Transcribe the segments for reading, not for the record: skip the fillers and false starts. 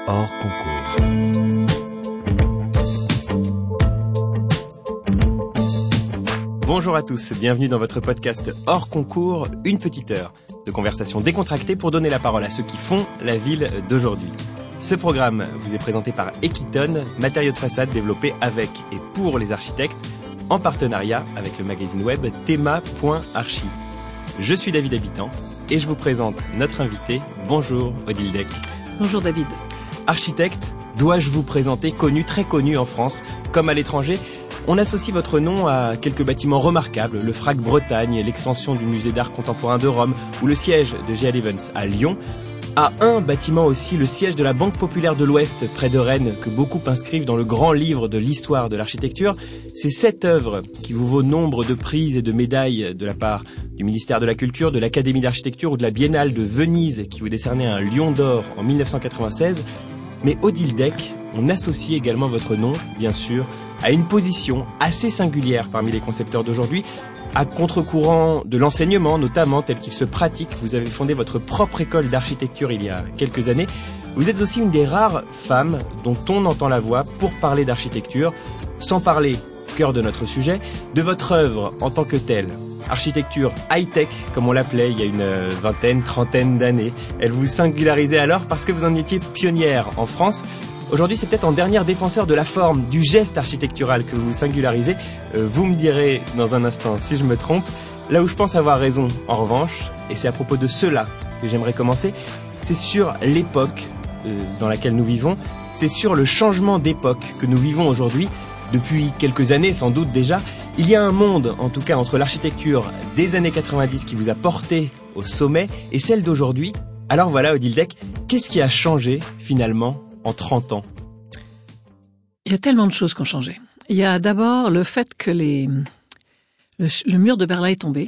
hors concours. Bonjour à tous, bienvenue dans votre podcast hors concours, une petite heure de conversation décontractée pour donner la parole à ceux qui font la ville d'aujourd'hui. Ce programme vous est présenté par Equiton, matériaux de façade développés avec et pour les architectes, en partenariat avec le magazine web thema.archi. Je suis David Habitant et je vous présente notre invité. Bonjour Odile Deck. Bonjour David. Architecte, dois-je vous présenter, connu, très connu en France comme à l'étranger. On associe votre nom à quelques bâtiments remarquables, le FRAC Bretagne, l'extension du musée d'art contemporain de Rome ou le siège de G.L. Evans à Lyon. À un bâtiment aussi, le siège de la Banque Populaire de l'Ouest, près de Rennes, que beaucoup inscrivent dans le grand livre de l'histoire de l'architecture. C'est cette œuvre qui vous vaut nombre de prix et de médailles de la part du ministère de la Culture, de l'Académie d'Architecture ou de la Biennale de Venise qui vous décernait un Lion d'Or en 1996. Mais Odile Deck, on associe également votre nom, bien sûr, à une position assez singulière parmi les concepteurs d'aujourd'hui, à contre-courant de l'enseignement notamment tel qu'il se pratique. Vous avez fondé votre propre école d'architecture il y a quelques années. Vous êtes aussi une des rares femmes dont on entend la voix pour parler d'architecture, sans parler, cœur de notre sujet, de votre œuvre en tant que telle. Architecture high-tech, comme on l'appelait il y a une trentaine d'années. Elle vous singularisait alors parce que vous en étiez pionnière en France. Aujourd'hui, c'est peut-être en dernière défenseur de la forme, du geste architectural que vous vous singularisez. Vous me direz dans un instant si je me trompe. Là où je pense avoir raison, en revanche, et c'est à propos de cela que j'aimerais commencer, c'est sur l'époque dans laquelle nous vivons, c'est sur le changement d'époque que nous vivons aujourd'hui. Depuis quelques années, sans doute déjà, il y a un monde, en tout cas entre l'architecture des années 90 qui vous a porté au sommet et celle d'aujourd'hui. Alors voilà, Odile Deck, qu'est-ce qui a changé finalement en 30 ans? Il y a tellement de choses qui ont changé. Il y a d'abord le fait que le mur de Berlin est tombé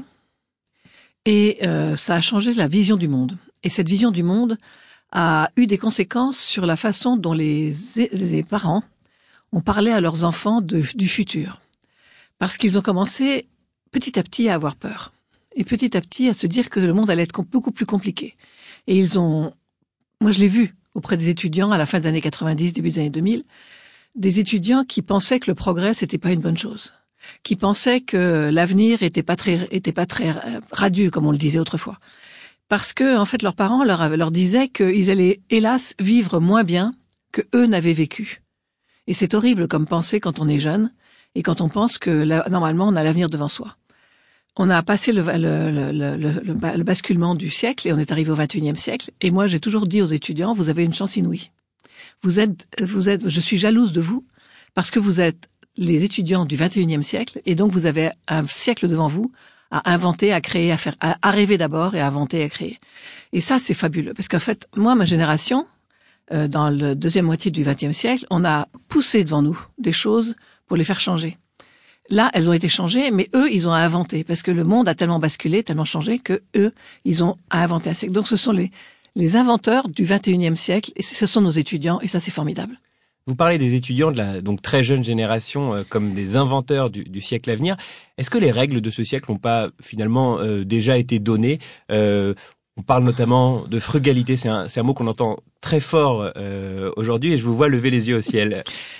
et ça a changé la vision du monde. Et cette vision du monde a eu des conséquences sur la façon dont les parents ont parlé à leurs enfants du futur. Parce qu'ils ont commencé petit à petit à avoir peur. Et petit à petit à se dire que le monde allait être beaucoup plus compliqué. Et moi je l'ai vu auprès des étudiants à la fin des années 90, début des années 2000, des étudiants qui pensaient que le progrès c'était pas une bonne chose, qui pensaient que l'avenir était pas très radieux comme on le disait autrefois, parce que en fait leurs parents leur disaient qu'ils allaient hélas vivre moins bien que eux n'avaient vécu. Et c'est horrible comme pensée quand on est jeune et quand on pense que normalement on a l'avenir devant soi. On a passé le basculement du siècle et on est arrivé au XXIe siècle. Et moi, j'ai toujours dit aux étudiants, vous avez une chance inouïe. Je suis jalouse de vous parce que vous êtes les étudiants du XXIe siècle et donc vous avez un siècle devant vous à inventer, à créer, à rêver d'abord et à inventer, à créer. Et ça, c'est fabuleux parce qu'en fait, moi, ma génération, dans la deuxième moitié du XXe siècle, on a poussé devant nous des choses pour les faire changer. Là, elles ont été changées, mais eux, ils ont à inventer, parce que le monde a tellement basculé, tellement changé, que eux, ils ont à inventer un siècle. Donc, ce sont les inventeurs du 21e siècle, et ce sont nos étudiants, et ça, c'est formidable. Vous parlez des étudiants de la donc très jeune génération comme des inventeurs du siècle à venir. Est-ce que les règles de ce siècle n'ont pas finalement déjà été données? On parle notamment de frugalité, c'est un mot qu'on entend très fort aujourd'hui, et je vous vois lever les yeux au ciel.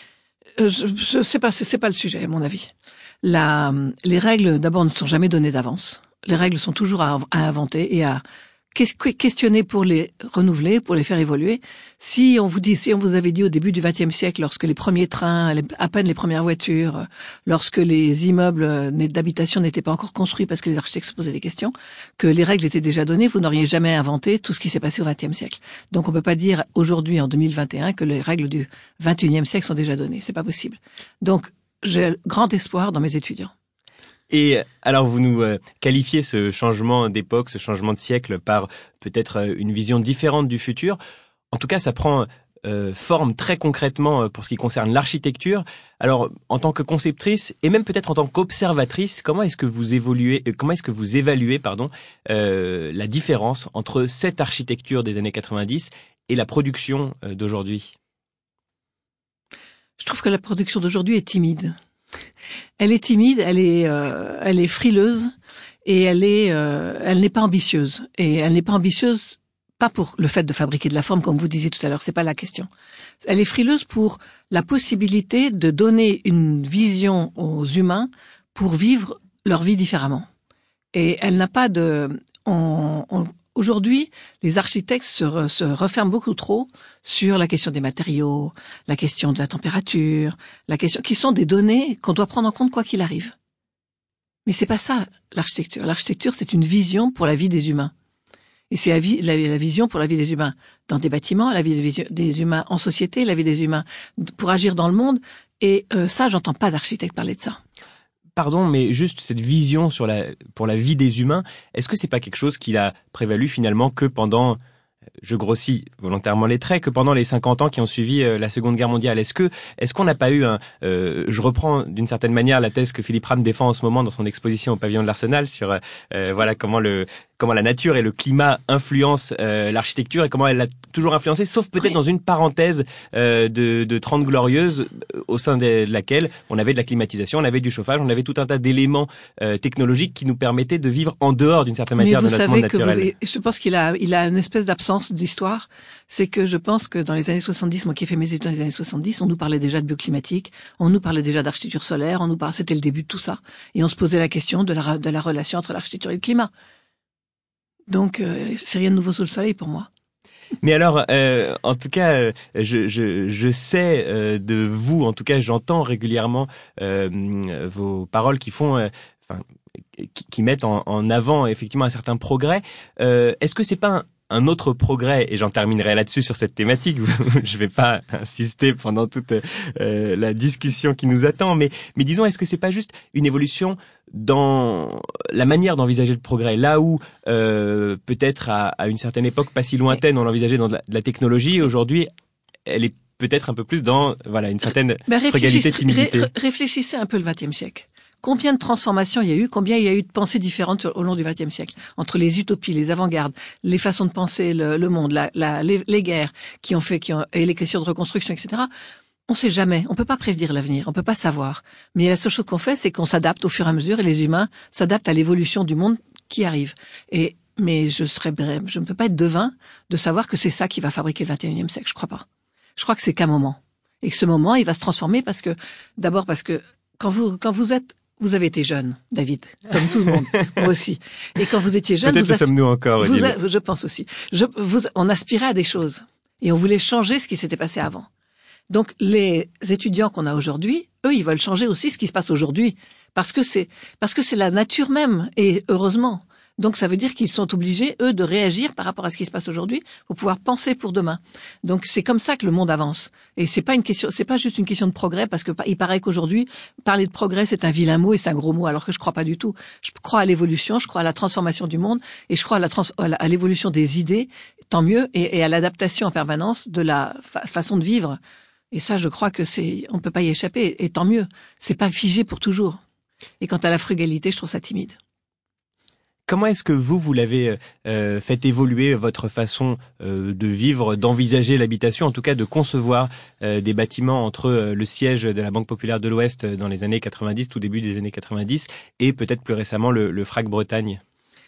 Je sais pas, c'est pas le sujet, à mon avis. Les règles, d'abord, ne sont jamais données d'avance. Les règles sont toujours à inventer et à questionner pour les renouveler, pour les faire évoluer. Si on vous avait dit au début du XXe siècle, lorsque les premiers trains, à peine les premières voitures, lorsque les immeubles d'habitation n'étaient pas encore construits parce que les architectes se posaient des questions, que les règles étaient déjà données, vous n'auriez jamais inventé tout ce qui s'est passé au XXe siècle. Donc on peut pas dire aujourd'hui, en 2021, que les règles du XXIe siècle sont déjà données. C'est pas possible. Donc j'ai grand espoir dans mes étudiants. Et alors vous nous qualifiez ce changement d'époque, ce changement de siècle par peut-être une vision différente du futur. En tout cas, ça prend forme très concrètement pour ce qui concerne l'architecture. Alors, en tant que conceptrice et même peut-être en tant qu'observatrice, comment est-ce que vous évaluez la différence entre cette architecture des années 90 et la production d'aujourd'hui? Je trouve que la production d'aujourd'hui est timide. Elle est timide, elle est frileuse et elle n'est pas ambitieuse. Et elle n'est pas ambitieuse pas pour le fait de fabriquer de la forme, comme vous disiez tout à l'heure, c'est pas la question. Elle est frileuse pour la possibilité de donner une vision aux humains pour vivre leur vie différemment. Et elle n'a pas de... Aujourd'hui, les architectes se referment beaucoup trop sur la question des matériaux, la question de la température, la question qui sont des données qu'on doit prendre en compte quoi qu'il arrive. Mais c'est pas ça, l'architecture. L'architecture, c'est une vision pour la vie des humains. Et c'est la vision pour la vie des humains dans des bâtiments, la vie des humains en société, la vie des humains pour agir dans le monde. Et ça, j'entends pas d'architecte parler de ça. Pardon, mais juste cette vision pour la vie des humains, est-ce que c'est pas quelque chose qui a prévalu finalement que pendant, je grossis volontairement les traits, que pendant les 50 ans qui ont suivi la Seconde Guerre mondiale? Est-ce qu'on n'a pas eu je reprends d'une certaine manière la thèse que Philippe Rham défend en ce moment dans son exposition au pavillon de l'Arsenal sur voilà comment la nature et le climat influencent l'architecture et comment elle l'a toujours influencé, sauf peut-être dans une parenthèse de 30 glorieuses au sein de laquelle on avait de la climatisation, on avait du chauffage, on avait tout un tas d'éléments technologiques qui nous permettaient de vivre en dehors d'une certaine manière de notre monde naturel. Je pense qu'il a une espèce d'absence d'histoire. C'est que je pense que dans les années 70, moi qui ai fait mes études dans les années 70, on nous parlait déjà de bioclimatique, on nous parlait déjà d'architecture solaire, c'était le début de tout ça. Et on se posait la question de la relation entre l'architecture et le climat. Donc, c'est rien de nouveau sous le soleil pour moi. Mais alors, en tout cas, je sais de vous, en tout cas, j'entends régulièrement vos paroles qui font, qui mettent en avant effectivement un certain progrès. Est-ce que c'est pas un autre progrès, et j'en terminerai là-dessus sur cette thématique, je vais pas insister pendant toute la discussion qui nous attend, mais disons, est-ce que c'est pas juste une évolution dans la manière d'envisager le progrès, là où peut-être à une certaine époque pas si lointaine on l'envisageait dans de la technologie, aujourd'hui elle est peut-être un peu plus dans une certaine frugalité, timidité. Réfléchissez un peu le XXe siècle. Combien de transformations il y a eu, combien il y a eu de pensées différentes au long du XXe siècle, entre les utopies, les avant-gardes, les façons de penser le monde, les guerres et les questions de reconstruction, etc. On sait jamais, on peut pas prédire l'avenir, on peut pas savoir. Mais la seule chose qu'on fait, c'est qu'on s'adapte au fur et à mesure, et les humains s'adaptent à l'évolution du monde qui arrive. Mais je ne peux pas être devin de savoir que c'est ça qui va fabriquer le XXIe siècle. Je crois pas. Je crois que c'est qu'un moment. Et que ce moment, il va se transformer parce que quand vous avez été jeune, David, comme tout le monde, moi aussi. Et quand vous étiez jeune, peut-être sommes-nous encore, je pense aussi. On aspirait à des choses. Et on voulait changer ce qui s'était passé avant. Donc, les étudiants qu'on a aujourd'hui, eux, ils veulent changer aussi ce qui se passe aujourd'hui. Parce que c'est la nature même. Et heureusement. Donc, ça veut dire qu'ils sont obligés, eux, de réagir par rapport à ce qui se passe aujourd'hui pour pouvoir penser pour demain. Donc, c'est comme ça que le monde avance. Et c'est pas juste une question de progrès, parce que il paraît qu'aujourd'hui, parler de progrès, c'est un vilain mot et c'est un gros mot, alors que je crois pas du tout. Je crois à l'évolution, je crois à la transformation du monde, et je crois à l'évolution des idées, tant mieux, et à l'adaptation en permanence de la façon de vivre. Et ça, je crois que on peut pas y échapper, et tant mieux. C'est pas figé pour toujours. Et quant à la frugalité, je trouve ça timide. Comment est-ce que vous l'avez fait évoluer votre façon de vivre, d'envisager l'habitation, en tout cas de concevoir des bâtiments entre le siège de la Banque Populaire de l'Ouest dans les années 90, tout début des années 90, et peut-être plus récemment le FRAC Bretagne?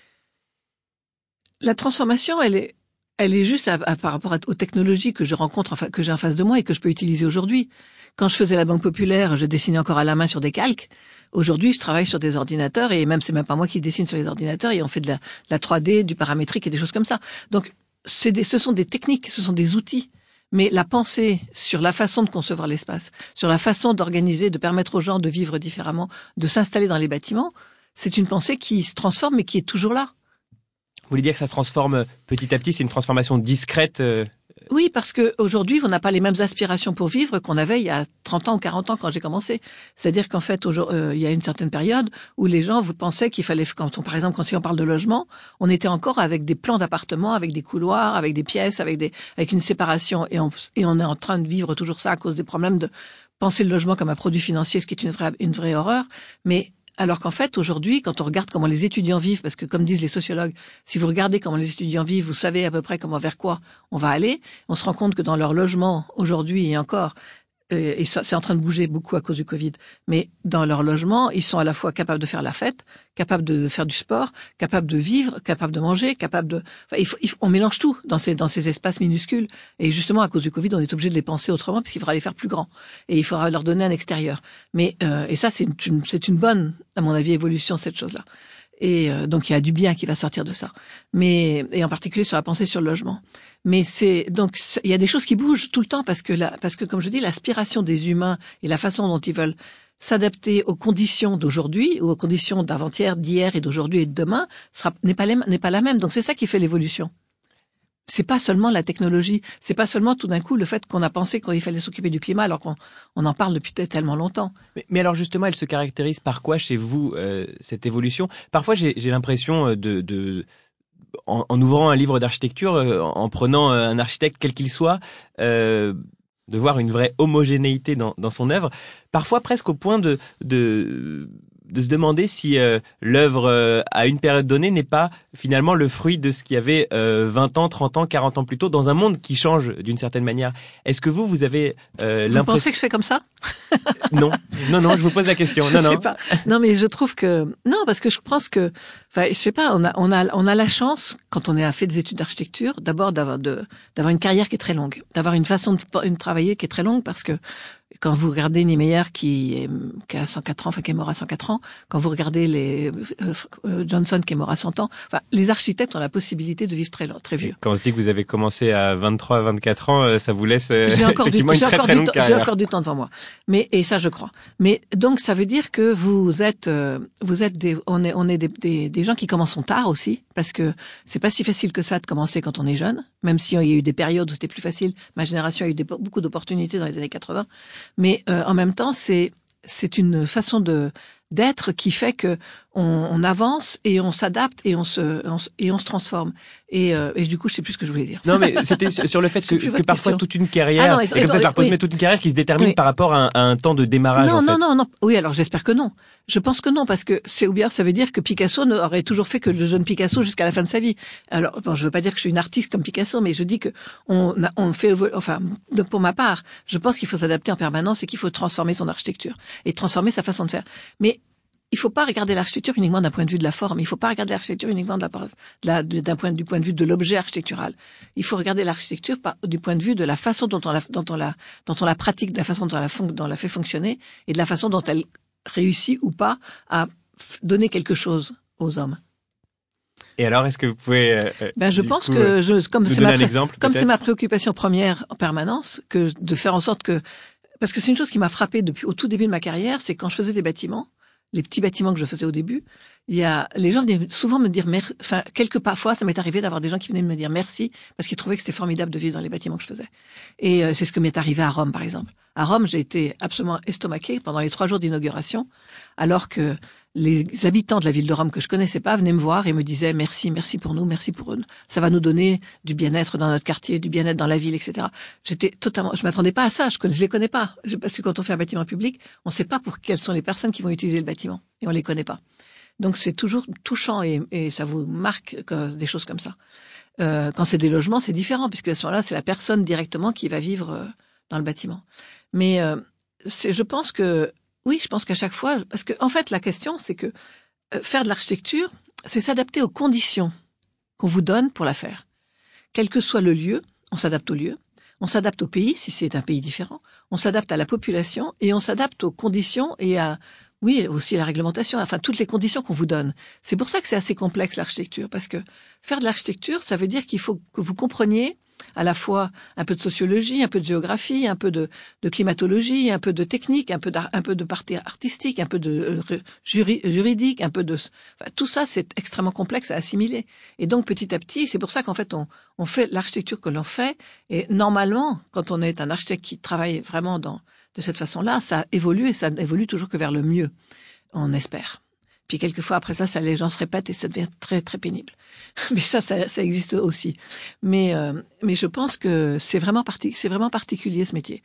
La transformation, elle est juste par rapport aux technologies que je rencontre, que j'ai en face de moi et que je peux utiliser aujourd'hui. Quand je faisais la Banque Populaire, je dessinais encore à la main sur des calques. Aujourd'hui, je travaille sur des ordinateurs et c'est même pas moi qui dessine sur les ordinateurs et on fait de la 3D, du paramétrique et des choses comme ça. Donc, ce sont des techniques, ce sont des outils. Mais la pensée sur la façon de concevoir l'espace, sur la façon d'organiser, de permettre aux gens de vivre différemment, de s'installer dans les bâtiments, c'est une pensée qui se transforme mais qui est toujours là. Vous voulez dire que ça se transforme petit à petit, c'est une transformation discrète Oui, parce que aujourd'hui, on n'a pas les mêmes aspirations pour vivre qu'on avait il y a 30 ans ou 40 ans quand j'ai commencé. C'est-à-dire qu'en fait, il y a une certaine période où les gens vous pensaient qu'il fallait, par exemple, quand on parle de logement, on était encore avec des plans d'appartements, avec des couloirs, avec des pièces, avec une séparation, et on est en train de vivre toujours ça à cause des problèmes de penser le logement comme un produit financier, ce qui est une vraie horreur. Mais alors qu'en fait, aujourd'hui, quand on regarde comment les étudiants vivent, parce que comme disent les sociologues, si vous regardez comment les étudiants vivent, vous savez à peu près vers quoi on va aller. On se rend compte que dans leur logement, aujourd'hui et encore, et ça, c'est en train de bouger beaucoup à cause du Covid, mais dans leur logement, ils sont à la fois capables de faire la fête, capables de faire du sport, capables de vivre, capables de manger, on mélange tout dans ces espaces minuscules. Et justement, à cause du Covid, on est obligé de les penser autrement puisqu'il faudra les faire plus grands. Et il faudra leur donner un extérieur. Mais, et ça, c'est une bonne, à mon avis, évolution, cette chose-là. Et donc il y a du bien qui va sortir de ça. Et en particulier sur la pensée sur le logement. Mais il y a des choses qui bougent tout le temps parce que comme je dis, l'aspiration des humains et la façon dont ils veulent s'adapter aux conditions d'aujourd'hui ou aux conditions d'avant-hier, d'hier et d'aujourd'hui et de demain n'est pas la même. Donc c'est ça qui fait l'évolution. C'est pas seulement la technologie, c'est pas seulement tout d'un coup le fait qu'on a pensé qu'il fallait s'occuper du climat alors qu'on en parle depuis tellement longtemps. Mais alors justement, elle se caractérise par quoi chez vous, cette évolution? Parfois j'ai l'impression en ouvrant un livre d'architecture, en prenant un architecte quel qu'il soit, de voir une vraie homogénéité dans son œuvre, parfois presque au point de se demander si l'œuvre à une période donnée n'est pas finalement le fruit de ce qu'il y avait 20 ans, 30 ans, 40 ans plus tôt dans un monde qui change d'une certaine manière. Est-ce que vous avez l'impression... Vous pensez que je fais comme ça? Non, je vous pose la question. Je sais pas. Non, mais je trouve que non, parce que je pense que, je sais pas, on a la chance quand on a fait des études d'architecture, d'abord d'avoir une carrière qui est très longue, d'avoir une façon de travailler qui est très longue parce que quand vous regardez Niemeyer qui a 104 ans, qui est mort à 104 ans, quand vous regardez Johnson qui est mort à 100 ans, les architectes ont la possibilité de vivre très vieux. Et quand on se dit que vous avez commencé à 23, 24 ans, ça vous laisse effectivement une très longue carrière. J'ai encore du temps devant moi. Et ça je crois. Mais donc ça veut dire que on est des gens qui commencent tard aussi, parce que c'est pas si facile que ça de commencer quand on est jeune, même s'il y a eu des périodes où c'était plus facile. Ma génération a eu beaucoup d'opportunités dans les années 80. Mais en même temps, c'est une façon d'être qui fait que on avance et on s'adapte et on se transforme. Et du coup, je sais plus ce que je voulais dire. Non, mais c'était sur le fait que parfois toute une carrière, et comme ça je la repose, mais toute une carrière qui se détermine par rapport à un temps de démarrage. Non. Oui, alors j'espère que non. Je pense que non, parce que ça veut dire que Picasso aurait toujours fait que le jeune Picasso jusqu'à la fin de sa vie. Alors, je veux pas dire que je suis une artiste comme Picasso, mais je dis que pour ma part, je pense qu'il faut s'adapter en permanence et qu'il faut transformer son architecture et transformer sa façon de faire. Mais il faut pas regarder l'architecture uniquement d'un point de vue de la forme. Il faut pas regarder l'architecture uniquement du point de vue de l'objet architectural. Il faut regarder l'architecture du point de vue de la façon dont on la pratique, de la façon dont on la fait fonctionner et de la façon dont elle réussit ou pas à donner quelque chose aux hommes. Et alors, est-ce que vous pouvez je pense que comme c'est ma préoccupation première en permanence, que de faire en sorte que, parce que c'est une chose qui m'a frappée au tout début de ma carrière, c'est quand je faisais des bâtiments, les petits bâtiments que je faisais au début, les gens venaient souvent me dire merci. Enfin, parfois, ça m'est arrivé d'avoir des gens qui venaient me dire merci parce qu'ils trouvaient que c'était formidable de vivre dans les bâtiments que je faisais. Et c'est ce que m'est arrivé à Rome, par exemple. À Rome, j'ai été absolument estomaquée pendant les 3 jours d'inauguration, alors que les habitants de la ville de Rome que je connaissais pas venaient me voir et me disaient merci pour nous, merci pour eux. Ça va nous donner du bien-être dans notre quartier, du bien-être dans la ville, etc. Je m'attendais pas à ça. Je les connais pas. Parce que quand on fait un bâtiment public, on sait pas quelles sont les personnes qui vont utiliser le bâtiment. Et on les connaît pas. Donc c'est toujours touchant et ça vous marque des choses comme ça. Quand c'est des logements, c'est différent puisque à ce moment-là, c'est la personne directement qui va vivre dans le bâtiment. Mais je pense qu'à chaque fois, parce que en fait la question c'est que faire de l'architecture, c'est s'adapter aux conditions qu'on vous donne pour la faire. Quel que soit le lieu, on s'adapte au lieu, on s'adapte au pays si c'est un pays différent, on s'adapte à la population et on s'adapte aux conditions et aussi à la réglementation, enfin toutes les conditions qu'on vous donne. C'est pour ça que c'est assez complexe l'architecture, parce que faire de l'architecture, ça veut dire qu'il faut que vous compreniez à la fois un peu de sociologie, un peu de géographie, un peu de climatologie, un peu de technique, un peu de partie artistique, un peu de juridique, tout ça c'est extrêmement complexe à assimiler. Et donc petit à petit, c'est pour ça qu'en fait on fait l'architecture que l'on fait. Et normalement, quand on est un architecte qui travaille vraiment de cette façon-là, ça évolue et ça évolue toujours que vers le mieux, on espère. Puis quelquefois après ça, les gens se répètent et ça devient très très pénible. Mais ça existe aussi. Mais je pense que c'est vraiment particulier ce métier.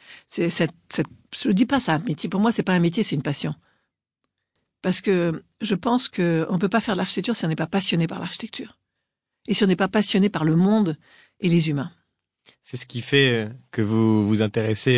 Je dis pas ça, métier. Pour moi, c'est pas un métier, c'est une passion. Parce que je pense que on peut pas faire de l'architecture si on n'est pas passionné par l'architecture. Et si on n'est pas passionné par le monde et les humains. C'est ce qui fait que vous vous intéressez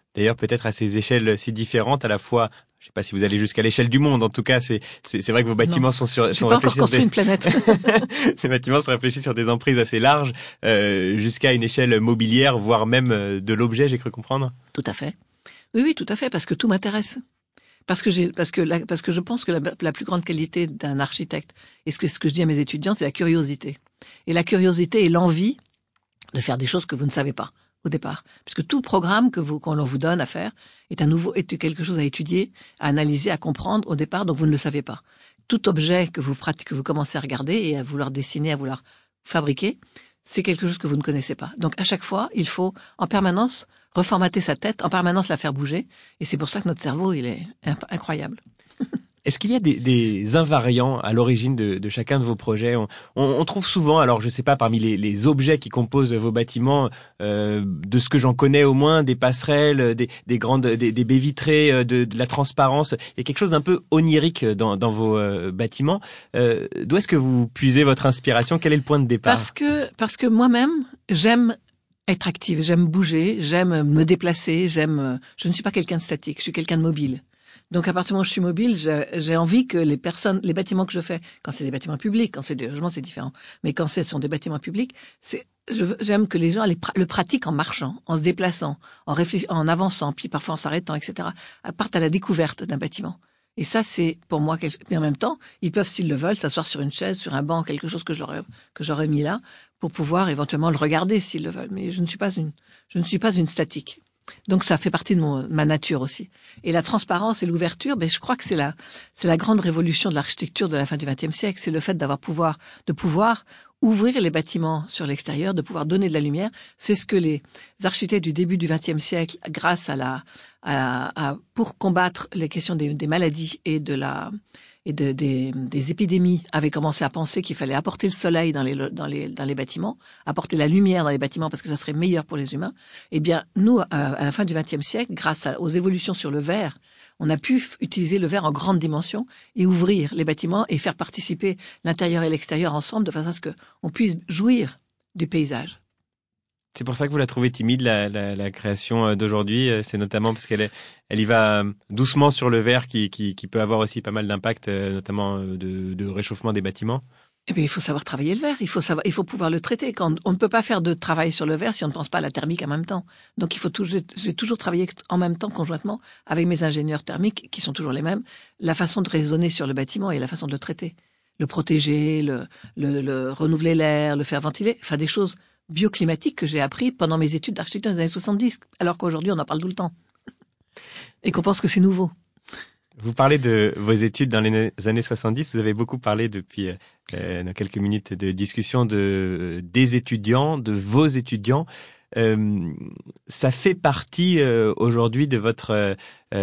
D'ailleurs, peut-être à ces échelles si différentes, à la fois, je sais pas si vous allez jusqu'à l'échelle du monde. En tout cas, c'est vrai que vos bâtiments sont J'ai pas encore construit une planète. Ces bâtiments sont réfléchis sur des emprises assez larges, jusqu'à une échelle mobilière, voire même de l'objet, j'ai cru comprendre. Tout à fait. Oui, tout à fait, parce que tout m'intéresse. Parce que je pense que la plus grande qualité d'un architecte, et ce que je dis à mes étudiants, c'est la curiosité. Et la curiosité et l'envie de faire des choses que vous ne savez pas au départ. Puisque tout programme qu'on vous donne à faire est quelque chose à étudier, à analyser, à comprendre au départ, donc vous ne le savez pas. Tout objet que vous commencez à regarder et à vouloir dessiner, à vouloir fabriquer, c'est quelque chose que vous ne connaissez pas. Donc à chaque fois, il faut en permanence reformater sa tête, en permanence la faire bouger. Et c'est pour ça que notre cerveau, il est incroyable. Est-ce qu'il y a des invariants à l'origine de chacun de vos projets? On trouve souvent, alors je sais pas, parmi les objets qui composent vos bâtiments, de ce que j'en connais au moins, des passerelles, des baies vitrées, de la transparence. Il y a quelque chose d'un peu onirique dans vos bâtiments. D'où est-ce que vous puisez votre inspiration? Quel est le point de départ? Parce que moi-même, j'aime être active, j'aime bouger, j'aime me déplacer, je ne suis pas quelqu'un de statique, je suis quelqu'un de mobile. Donc à partir du moment où je suis mobile, j'ai envie que les bâtiments que je fais, quand c'est des bâtiments publics, quand c'est des logements, c'est différent. Mais quand ce sont des bâtiments publics, j'aime que les gens le pratiquent en marchant, en se déplaçant, en avançant, puis parfois en s'arrêtant, etc. Partent à la découverte d'un bâtiment. Et ça, c'est pour moi, mais en même temps, ils peuvent, s'ils le veulent, s'asseoir sur une chaise, sur un banc, quelque chose que j'aurais mis là, pour pouvoir éventuellement le regarder s'ils le veulent. Mais je ne suis pas une statique. Donc ça fait partie de ma nature aussi. Et la transparence et l'ouverture, je crois que c'est la grande révolution de l'architecture de la fin du XXe siècle. C'est le fait de pouvoir ouvrir les bâtiments sur l'extérieur, de pouvoir donner de la lumière. C'est ce que les architectes du début du XXe siècle, grâce pour combattre les questions des maladies et des épidémies, avaient commencé à penser qu'il fallait apporter le soleil dans les bâtiments, apporter la lumière dans les bâtiments parce que ça serait meilleur pour les humains. Eh bien, nous, à la fin du XXe siècle, grâce aux évolutions sur le verre, on a pu utiliser le verre en grande dimension et ouvrir les bâtiments et faire participer l'intérieur et l'extérieur ensemble de façon à ce qu'on puisse jouir du paysage. C'est pour ça que vous la trouvez timide, la création d'aujourd'hui. C'est notamment parce elle y va doucement sur le verre qui peut avoir aussi pas mal d'impact, notamment de réchauffement des bâtiments. Eh bien, il faut savoir travailler le verre. Il faut pouvoir le traiter. On ne peut pas faire de travail sur le verre si on ne pense pas à la thermique en même temps. Donc, j'ai toujours travaillé en même temps, conjointement, avec mes ingénieurs thermiques, qui sont toujours les mêmes, la façon de raisonner sur le bâtiment et la façon de le traiter. Le protéger, le renouveler l'air, le faire ventiler, enfin des choses bioclimatiques que j'ai appris pendant mes études d'architecture des années 70, alors qu'aujourd'hui on en parle tout le temps. Et qu'on pense que c'est nouveau. Vous parlez de vos études dans les années 70, vous avez beaucoup parlé depuis dans quelques minutes de discussion des étudiants, de vos étudiants. Ça fait partie aujourd'hui de votre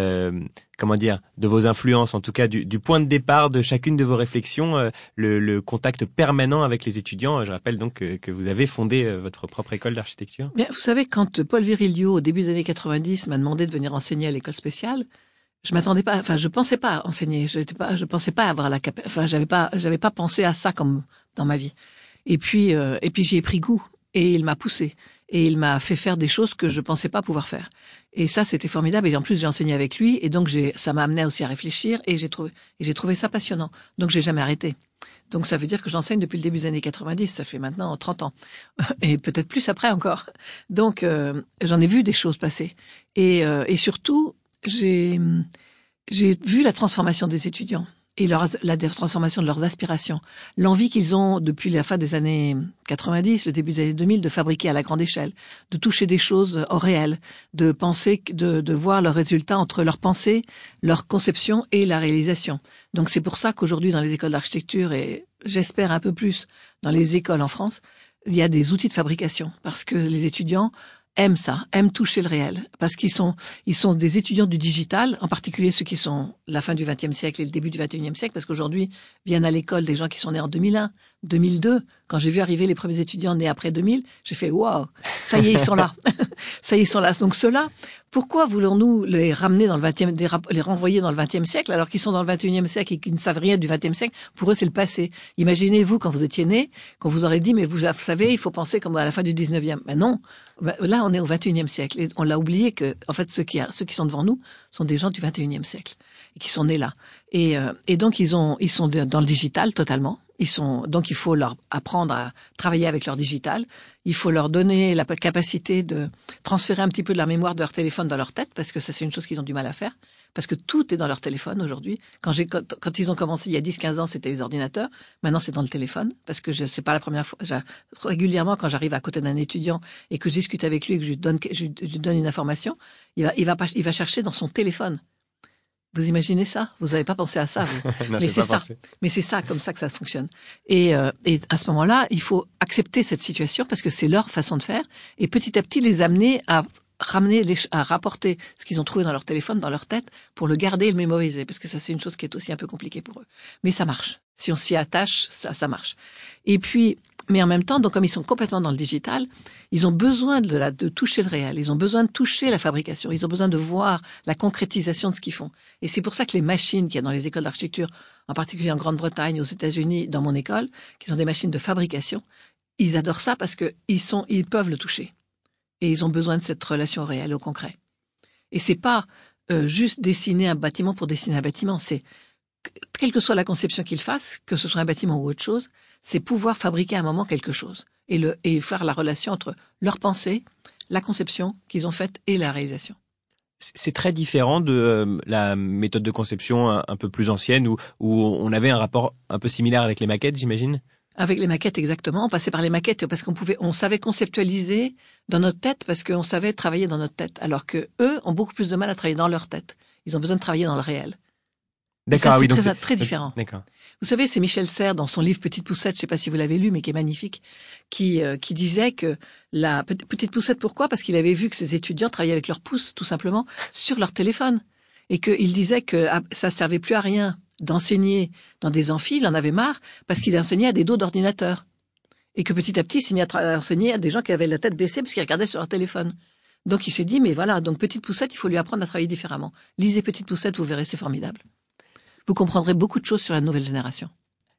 de vos influences, en tout cas du point de départ de chacune de vos réflexions, le contact permanent avec les étudiants. Je rappelle donc que vous avez fondé votre propre école d'architecture. Bien, vous savez, quand Paul Virilio, au début des années 90, m'a demandé de venir enseigner à l'école spéciale, je pensais pas enseigner, je pensais pas avoir j'avais pas pensé à ça comme dans ma vie. Et puis j'y ai pris goût et il m'a poussé. Et il m'a fait faire des choses que je pensais pas pouvoir faire. Et ça, c'était formidable. Et en plus, j'ai enseigné avec lui. Et donc, ça m'a amené aussi à réfléchir. Et j'ai trouvé ça passionnant. Donc, j'ai jamais arrêté. Donc, ça veut dire que j'enseigne depuis le début des années 90. Ça fait maintenant 30 ans. Et peut-être plus après encore. Donc, j'en ai vu des choses passer. Et surtout, j'ai vu la transformation des étudiants. Et la transformation de leurs aspirations. L'envie qu'ils ont depuis la fin des années 90, le début des années 2000, de fabriquer à la grande échelle, de toucher des choses au réel, de penser, de voir leurs résultats entre leur pensée, leur conception et la réalisation. Donc c'est pour ça qu'aujourd'hui dans les écoles d'architecture et j'espère un peu plus dans les écoles en France, il y a des outils de fabrication parce que les étudiants aiment toucher le réel, parce qu'ils sont des étudiants du digital, en particulier ceux qui sont la fin du XXe siècle et le début du XXIe siècle, parce qu'aujourd'hui viennent à l'école des gens qui sont nés en 2001, 2002. Quand j'ai vu arriver les premiers étudiants nés après 2000, j'ai fait waouh, ça y est, ils sont là. Ça y est, ils sont là. Donc ceux-là, pourquoi voulons-nous les ramener dans le 20e, les renvoyer dans le 20e siècle alors qu'ils sont dans le 21e siècle et qu'ils ne savent rien du 20e siècle? Pour eux, c'est le passé. Imaginez-vous quand vous étiez nés, quand vous aurez dit, mais vous savez, il faut penser comme à la fin du 19e. Ben non. Là, on est au 21e siècle. Et on l'a oublié que, en fait, ceux qui sont devant nous sont des gens du 21e siècle et qui sont nés là. Et donc, ils sont dans le digital totalement. Donc il faut leur apprendre à travailler avec leur digital. Il faut leur donner la capacité de transférer un petit peu de la mémoire de leur téléphone dans leur tête, parce que ça, c'est une chose qu'ils ont du mal à faire. Parce que tout est dans leur téléphone aujourd'hui. Quand ils ont commencé il y a 10-15 ans, c'était les ordinateurs. Maintenant, c'est dans le téléphone. Parce que c'est pas la première fois. Régulièrement, quand j'arrive à côté d'un étudiant et que je discute avec lui et que je lui donne une information, il va chercher dans son téléphone. Vous imaginez ça? Vous n'avez pas pensé à ça, vous. Non, Mais c'est ça. Mais c'est ça, comme ça que ça fonctionne. Et à ce moment-là, il faut accepter cette situation parce que c'est leur façon de faire et petit à petit les amener à rapporter ce qu'ils ont trouvé dans leur téléphone, dans leur tête, pour le garder et le mémoriser. Parce que ça, c'est une chose qui est aussi un peu compliquée pour eux. Mais ça marche. Si on s'y attache, ça marche. Et puis, mais en même temps, donc comme ils sont complètement dans le digital, ils ont besoin de toucher le réel. Ils ont besoin de toucher la fabrication. Ils ont besoin de voir la concrétisation de ce qu'ils font. Et c'est pour ça que les machines qu'il y a dans les écoles d'architecture, en particulier en Grande-Bretagne, aux États-Unis, dans mon école, qui sont des machines de fabrication, ils adorent ça parce que ils peuvent le toucher. Et ils ont besoin de cette relation réelle au concret. Et c'est pas juste dessiner un bâtiment pour dessiner un bâtiment. C'est quelle que soit la conception qu'ils fassent, que ce soit un bâtiment ou autre chose, c'est pouvoir fabriquer à un moment quelque chose et faire la relation entre leur pensée, la conception qu'ils ont faite et la réalisation. C'est très différent de la méthode de conception un peu plus ancienne où on avait un rapport un peu similaire avec les maquettes, j'imagine. Avec les maquettes, exactement. On passait par les maquettes parce on savait conceptualiser dans notre tête parce qu'on savait travailler dans notre tête. Alors que eux ont beaucoup plus de mal à travailler dans leur tête. Ils ont besoin de travailler dans le réel. D'accord, ça, oui. C'est Donc très différent. D'accord. Vous savez, c'est Michel Serres dans son livre Petite Poussette, je sais pas si vous l'avez lu, mais qui est magnifique, qui disait que la Petite Poussette, pourquoi? Parce qu'il avait vu que ses étudiants travaillaient avec leurs pouces, tout simplement, sur leur téléphone. Et qu'il disait que ça servait plus à rien d'enseigner dans des amphis, il en avait marre, parce qu'il enseignait à des dos d'ordinateur. Et que petit à petit, il s'est mis à enseigner à des gens qui avaient la tête baissée parce qu'ils regardaient sur leur téléphone. Donc il s'est dit, mais voilà, donc Petite Poussette, il faut lui apprendre à travailler différemment. Lisez Petite Poussette, vous verrez, c'est formidable. Vous comprendrez beaucoup de choses sur la nouvelle génération.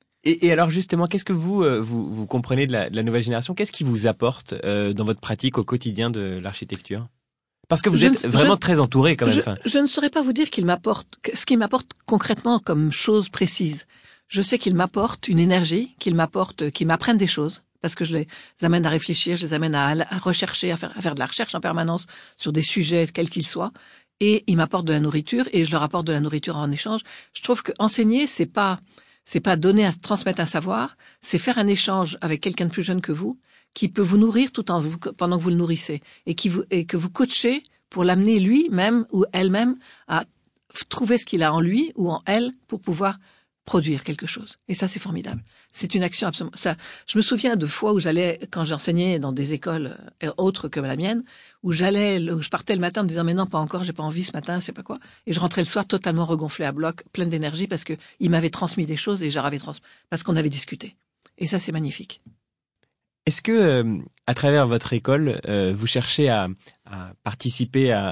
Et alors justement, qu'est-ce que vous comprenez de la nouvelle génération? Qu'est-ce qui vous apporte dans votre pratique au quotidien de l'architecture? Parce que vous êtes vraiment très entouré quand même. Je ne saurais pas vous dire ce qu'il m'apporte concrètement comme chose précise. Je sais qu'il m'apporte une énergie, qu'il m'apprenne des choses, parce que je les amène à réfléchir, je les amène à rechercher, à faire de la recherche en permanence sur des sujets quels qu'ils soient. Et ils m'apportent de la nourriture et je leur apporte de la nourriture en échange. Je trouve que enseigner, c'est pas transmettre un savoir, c'est faire un échange avec quelqu'un de plus jeune que vous, qui peut vous nourrir pendant que vous le nourrissez et que vous coachez pour l'amener lui-même ou elle-même à trouver ce qu'il a en lui ou en elle pour pouvoir produire quelque chose. Et ça, c'est formidable. C'est une action absolument. Ça, je me souviens de fois où quand j'enseignais dans des écoles autres que la mienne, où je partais le matin en me disant mais non, pas encore, j'ai pas envie ce matin, c'est pas quoi. Et je rentrais le soir totalement regonflé à bloc, pleine d'énergie parce que il m'avait transmis des choses et parce qu'on avait discuté. Et ça, c'est magnifique. Est-ce que, à travers votre école, vous cherchez à participer à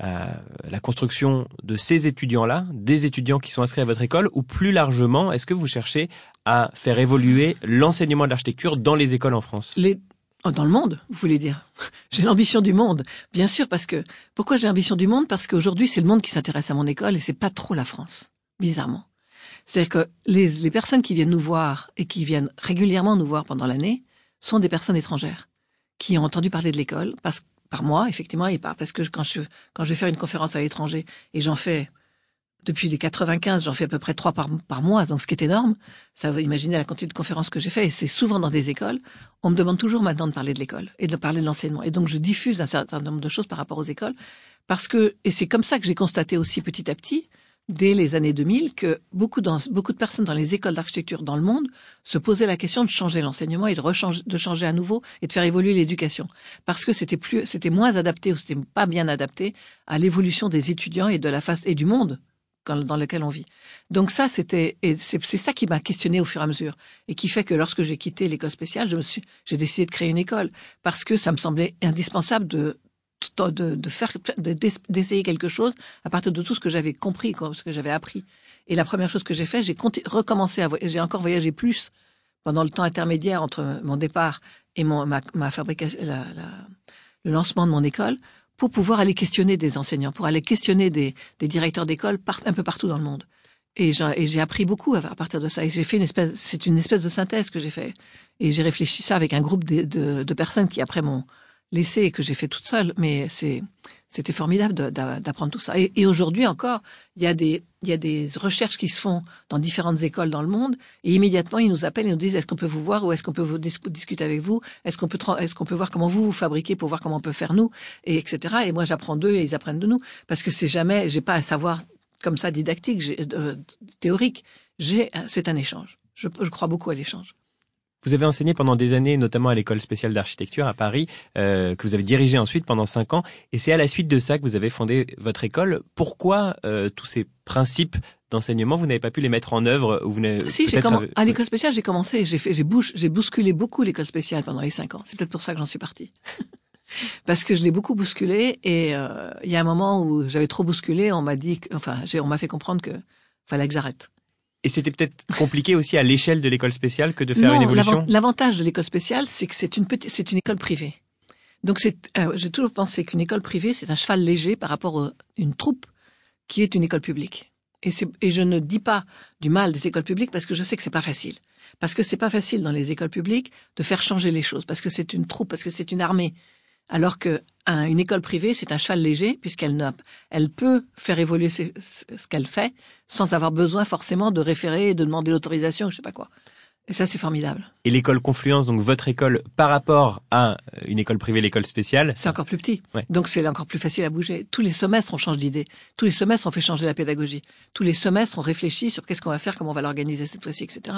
la construction de ces étudiants-là, des étudiants qui sont inscrits à votre école, ou plus largement, est-ce que vous cherchez à faire évoluer l'enseignement de l'architecture dans les écoles en France? Dans le monde, vous voulez dire? J'ai l'ambition du monde, bien sûr, pourquoi j'ai l'ambition du monde? Parce qu'aujourd'hui, c'est le monde qui s'intéresse à mon école et c'est pas trop la France, bizarrement. C'est-à-dire que les personnes qui viennent nous voir et qui viennent régulièrement nous voir pendant l'année sont des personnes étrangères qui ont entendu parler de l'école par moi, effectivement, et parce que quand je vais faire une conférence à l'étranger, et j'en fais, depuis les 95, j'en fais à peu près 3 par mois, donc ce qui est énorme, ça vous imaginez la quantité de conférences que j'ai fait, et c'est souvent dans des écoles, on me demande toujours maintenant de parler de l'école, et de parler de l'enseignement. Et donc je diffuse un certain nombre de choses par rapport aux écoles, et c'est comme ça que j'ai constaté aussi petit à petit, dès les années 2000, que beaucoup de personnes dans les écoles d'architecture dans le monde se posaient la question de changer l'enseignement et de changer à nouveau et de faire évoluer l'éducation. Parce que c'était moins adapté ou c'était pas bien adapté à l'évolution des étudiants et et du monde dans lequel on vit. Donc ça, c'est ça qui m'a questionné au fur et à mesure et qui fait que lorsque j'ai quitté l'école spéciale, j'ai décidé de créer une école parce que ça me semblait indispensable de d'essayer quelque chose à partir de tout ce que j'avais compris, ce que j'avais appris. Et la première chose que j'ai fait, j'ai recommencé j'ai encore voyagé plus pendant le temps intermédiaire entre mon départ et ma fabrication, le lancement de mon école, pour pouvoir aller questionner des enseignants, pour aller questionner des directeurs d'école un peu partout dans le monde. Et j'ai appris beaucoup à partir de ça. Et c'est une espèce de synthèse que j'ai fait. Et j'ai réfléchi ça avec un groupe de personnes qui après m'ont laissé et que j'ai fait toute seule. Mais c'était formidable d'apprendre tout ça. Et aujourd'hui encore, il y a des recherches qui se font dans différentes écoles dans le monde. Et immédiatement, ils nous appellent et nous disent, est-ce qu'on peut vous voir ou est-ce qu'on peut vous discuter avec vous? Est-ce qu'on peut voir comment vous fabriquez pour voir comment on peut faire nous? Et etc. Et moi, j'apprends d'eux et ils apprennent de nous. Parce que j'ai pas un savoir comme ça didactique, théorique. C'est un échange. Je crois beaucoup à l'échange. Vous avez enseigné pendant des années, notamment à l'école spéciale d'architecture à Paris, que vous avez dirigé ensuite pendant 5 ans. Et c'est à la suite de ça que vous avez fondé votre école. Pourquoi tous ces principes d'enseignement, vous n'avez pas pu les mettre en œuvre ou à l'école spéciale, j'ai commencé, j'ai bousculé beaucoup l'école spéciale pendant les 5 ans. C'est peut-être pour ça que j'en suis partie. Parce que je l'ai beaucoup bousculé et il y a un moment où j'avais trop bousculé, on m'a fait comprendre que fallait que j'arrête. Et c'était peut-être compliqué aussi à l'échelle de l'école spéciale que de faire une évolution. L'avantage de l'école spéciale, c'est que c'est une école privée. Donc j'ai toujours pensé qu'une école privée, c'est un cheval léger par rapport à une troupe qui est une école publique. Et je ne dis pas du mal des écoles publiques parce que je sais que c'est pas facile. Parce que c'est pas facile dans les écoles publiques de faire changer les choses. Parce que c'est une troupe, parce que c'est une armée. Alors que une école privée, c'est un cheval léger elle peut faire évoluer ce qu'elle fait sans avoir besoin forcément de référer, de demander l'autorisation, je sais pas quoi. Et ça, c'est formidable. Et l'école Confluence, donc votre école, par rapport à une école privée, l'école spéciale, c'est encore plus petit. Ouais. Donc c'est encore plus facile à bouger. Tous les semestres, on change d'idée. Tous les semestres, on fait changer la pédagogie. Tous les semestres, on réfléchit sur qu'est-ce qu'on va faire, comment on va l'organiser cette fois-ci, etc.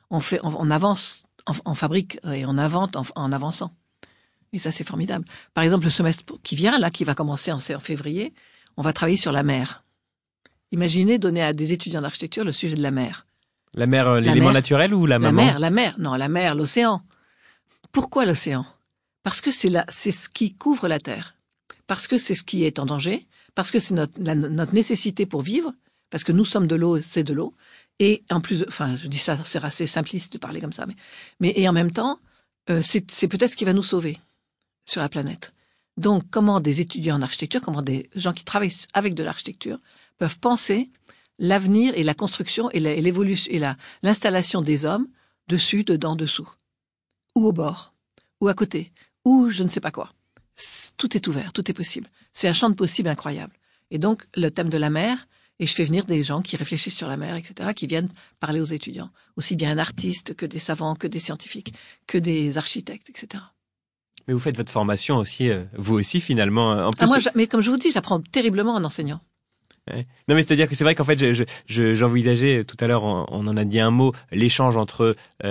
On avance, on fabrique et on invente en avançant. Et ça, c'est formidable. Par exemple, le semestre qui vient, là, qui va commencer en février, on va travailler sur la mer. Imaginez donner à des étudiants d'architecture le sujet de la mer. La mer, l'élément naturel ou la maman? La mer, l'océan. Pourquoi l'océan? Parce que c'est ce qui couvre la Terre. Parce que c'est ce qui est en danger. Parce que c'est notre nécessité pour vivre. Parce que nous sommes de l'eau, c'est de l'eau. Et en plus, je dis ça, c'est assez simpliste de parler comme ça, mais en même temps, c'est peut-être ce qui va nous sauver sur la planète. Donc, comment des étudiants en architecture, comment des gens qui travaillent avec de l'architecture peuvent penser l'avenir et la construction et l'évolution et l'installation des hommes dessus, dedans, dessous, ou au bord, ou à côté, ou je ne sais pas quoi. Tout est ouvert, tout est possible. C'est un champ de possibles incroyable. Et donc, le thème de la mer, et je fais venir des gens qui réfléchissent sur la mer, etc., qui viennent parler aux étudiants. Aussi bien artistes que des savants, que des scientifiques, que des architectes, etc. Mais vous faites votre formation aussi, vous aussi finalement. En plus, mais comme je vous dis, j'apprends terriblement en enseignant. Ouais. Non, mais c'est-à-dire que c'est vrai qu'en fait, j'envisageais tout à l'heure, on en a dit un mot, l'échange entre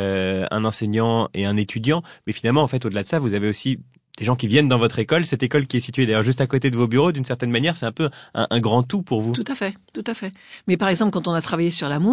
un enseignant et un étudiant. Mais finalement, en fait, au-delà de ça, vous avez aussi des gens qui viennent dans votre école. Cette école qui est située d'ailleurs juste à côté de vos bureaux, d'une certaine manière, c'est un peu un grand tout pour vous. Tout à fait. Mais par exemple, quand on a travaillé sur la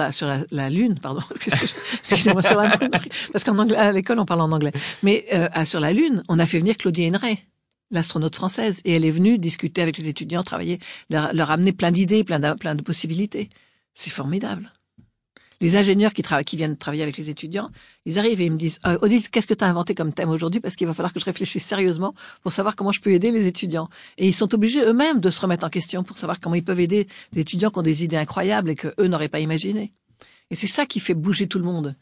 Lune, pardon, excusez-moi, sur la Lune, parce qu'en anglais, à l'école, on parle en anglais. Mais sur la Lune, on a fait venir Claudie Henry, l'astronaute française, et elle est venue discuter avec les étudiants, travailler, leur amener plein d'idées, plein de possibilités. C'est formidable. Les ingénieurs qui viennent travailler avec les étudiants, ils arrivent et ils me disent « Odile, qu'est-ce que tu as inventé comme thème aujourd'hui? Parce qu'il va falloir que je réfléchisse sérieusement pour savoir comment je peux aider les étudiants. » Et ils sont obligés eux-mêmes de se remettre en question pour savoir comment ils peuvent aider des étudiants qui ont des idées incroyables et qu'eux n'auraient pas imaginées. Et c'est ça qui fait bouger tout le monde.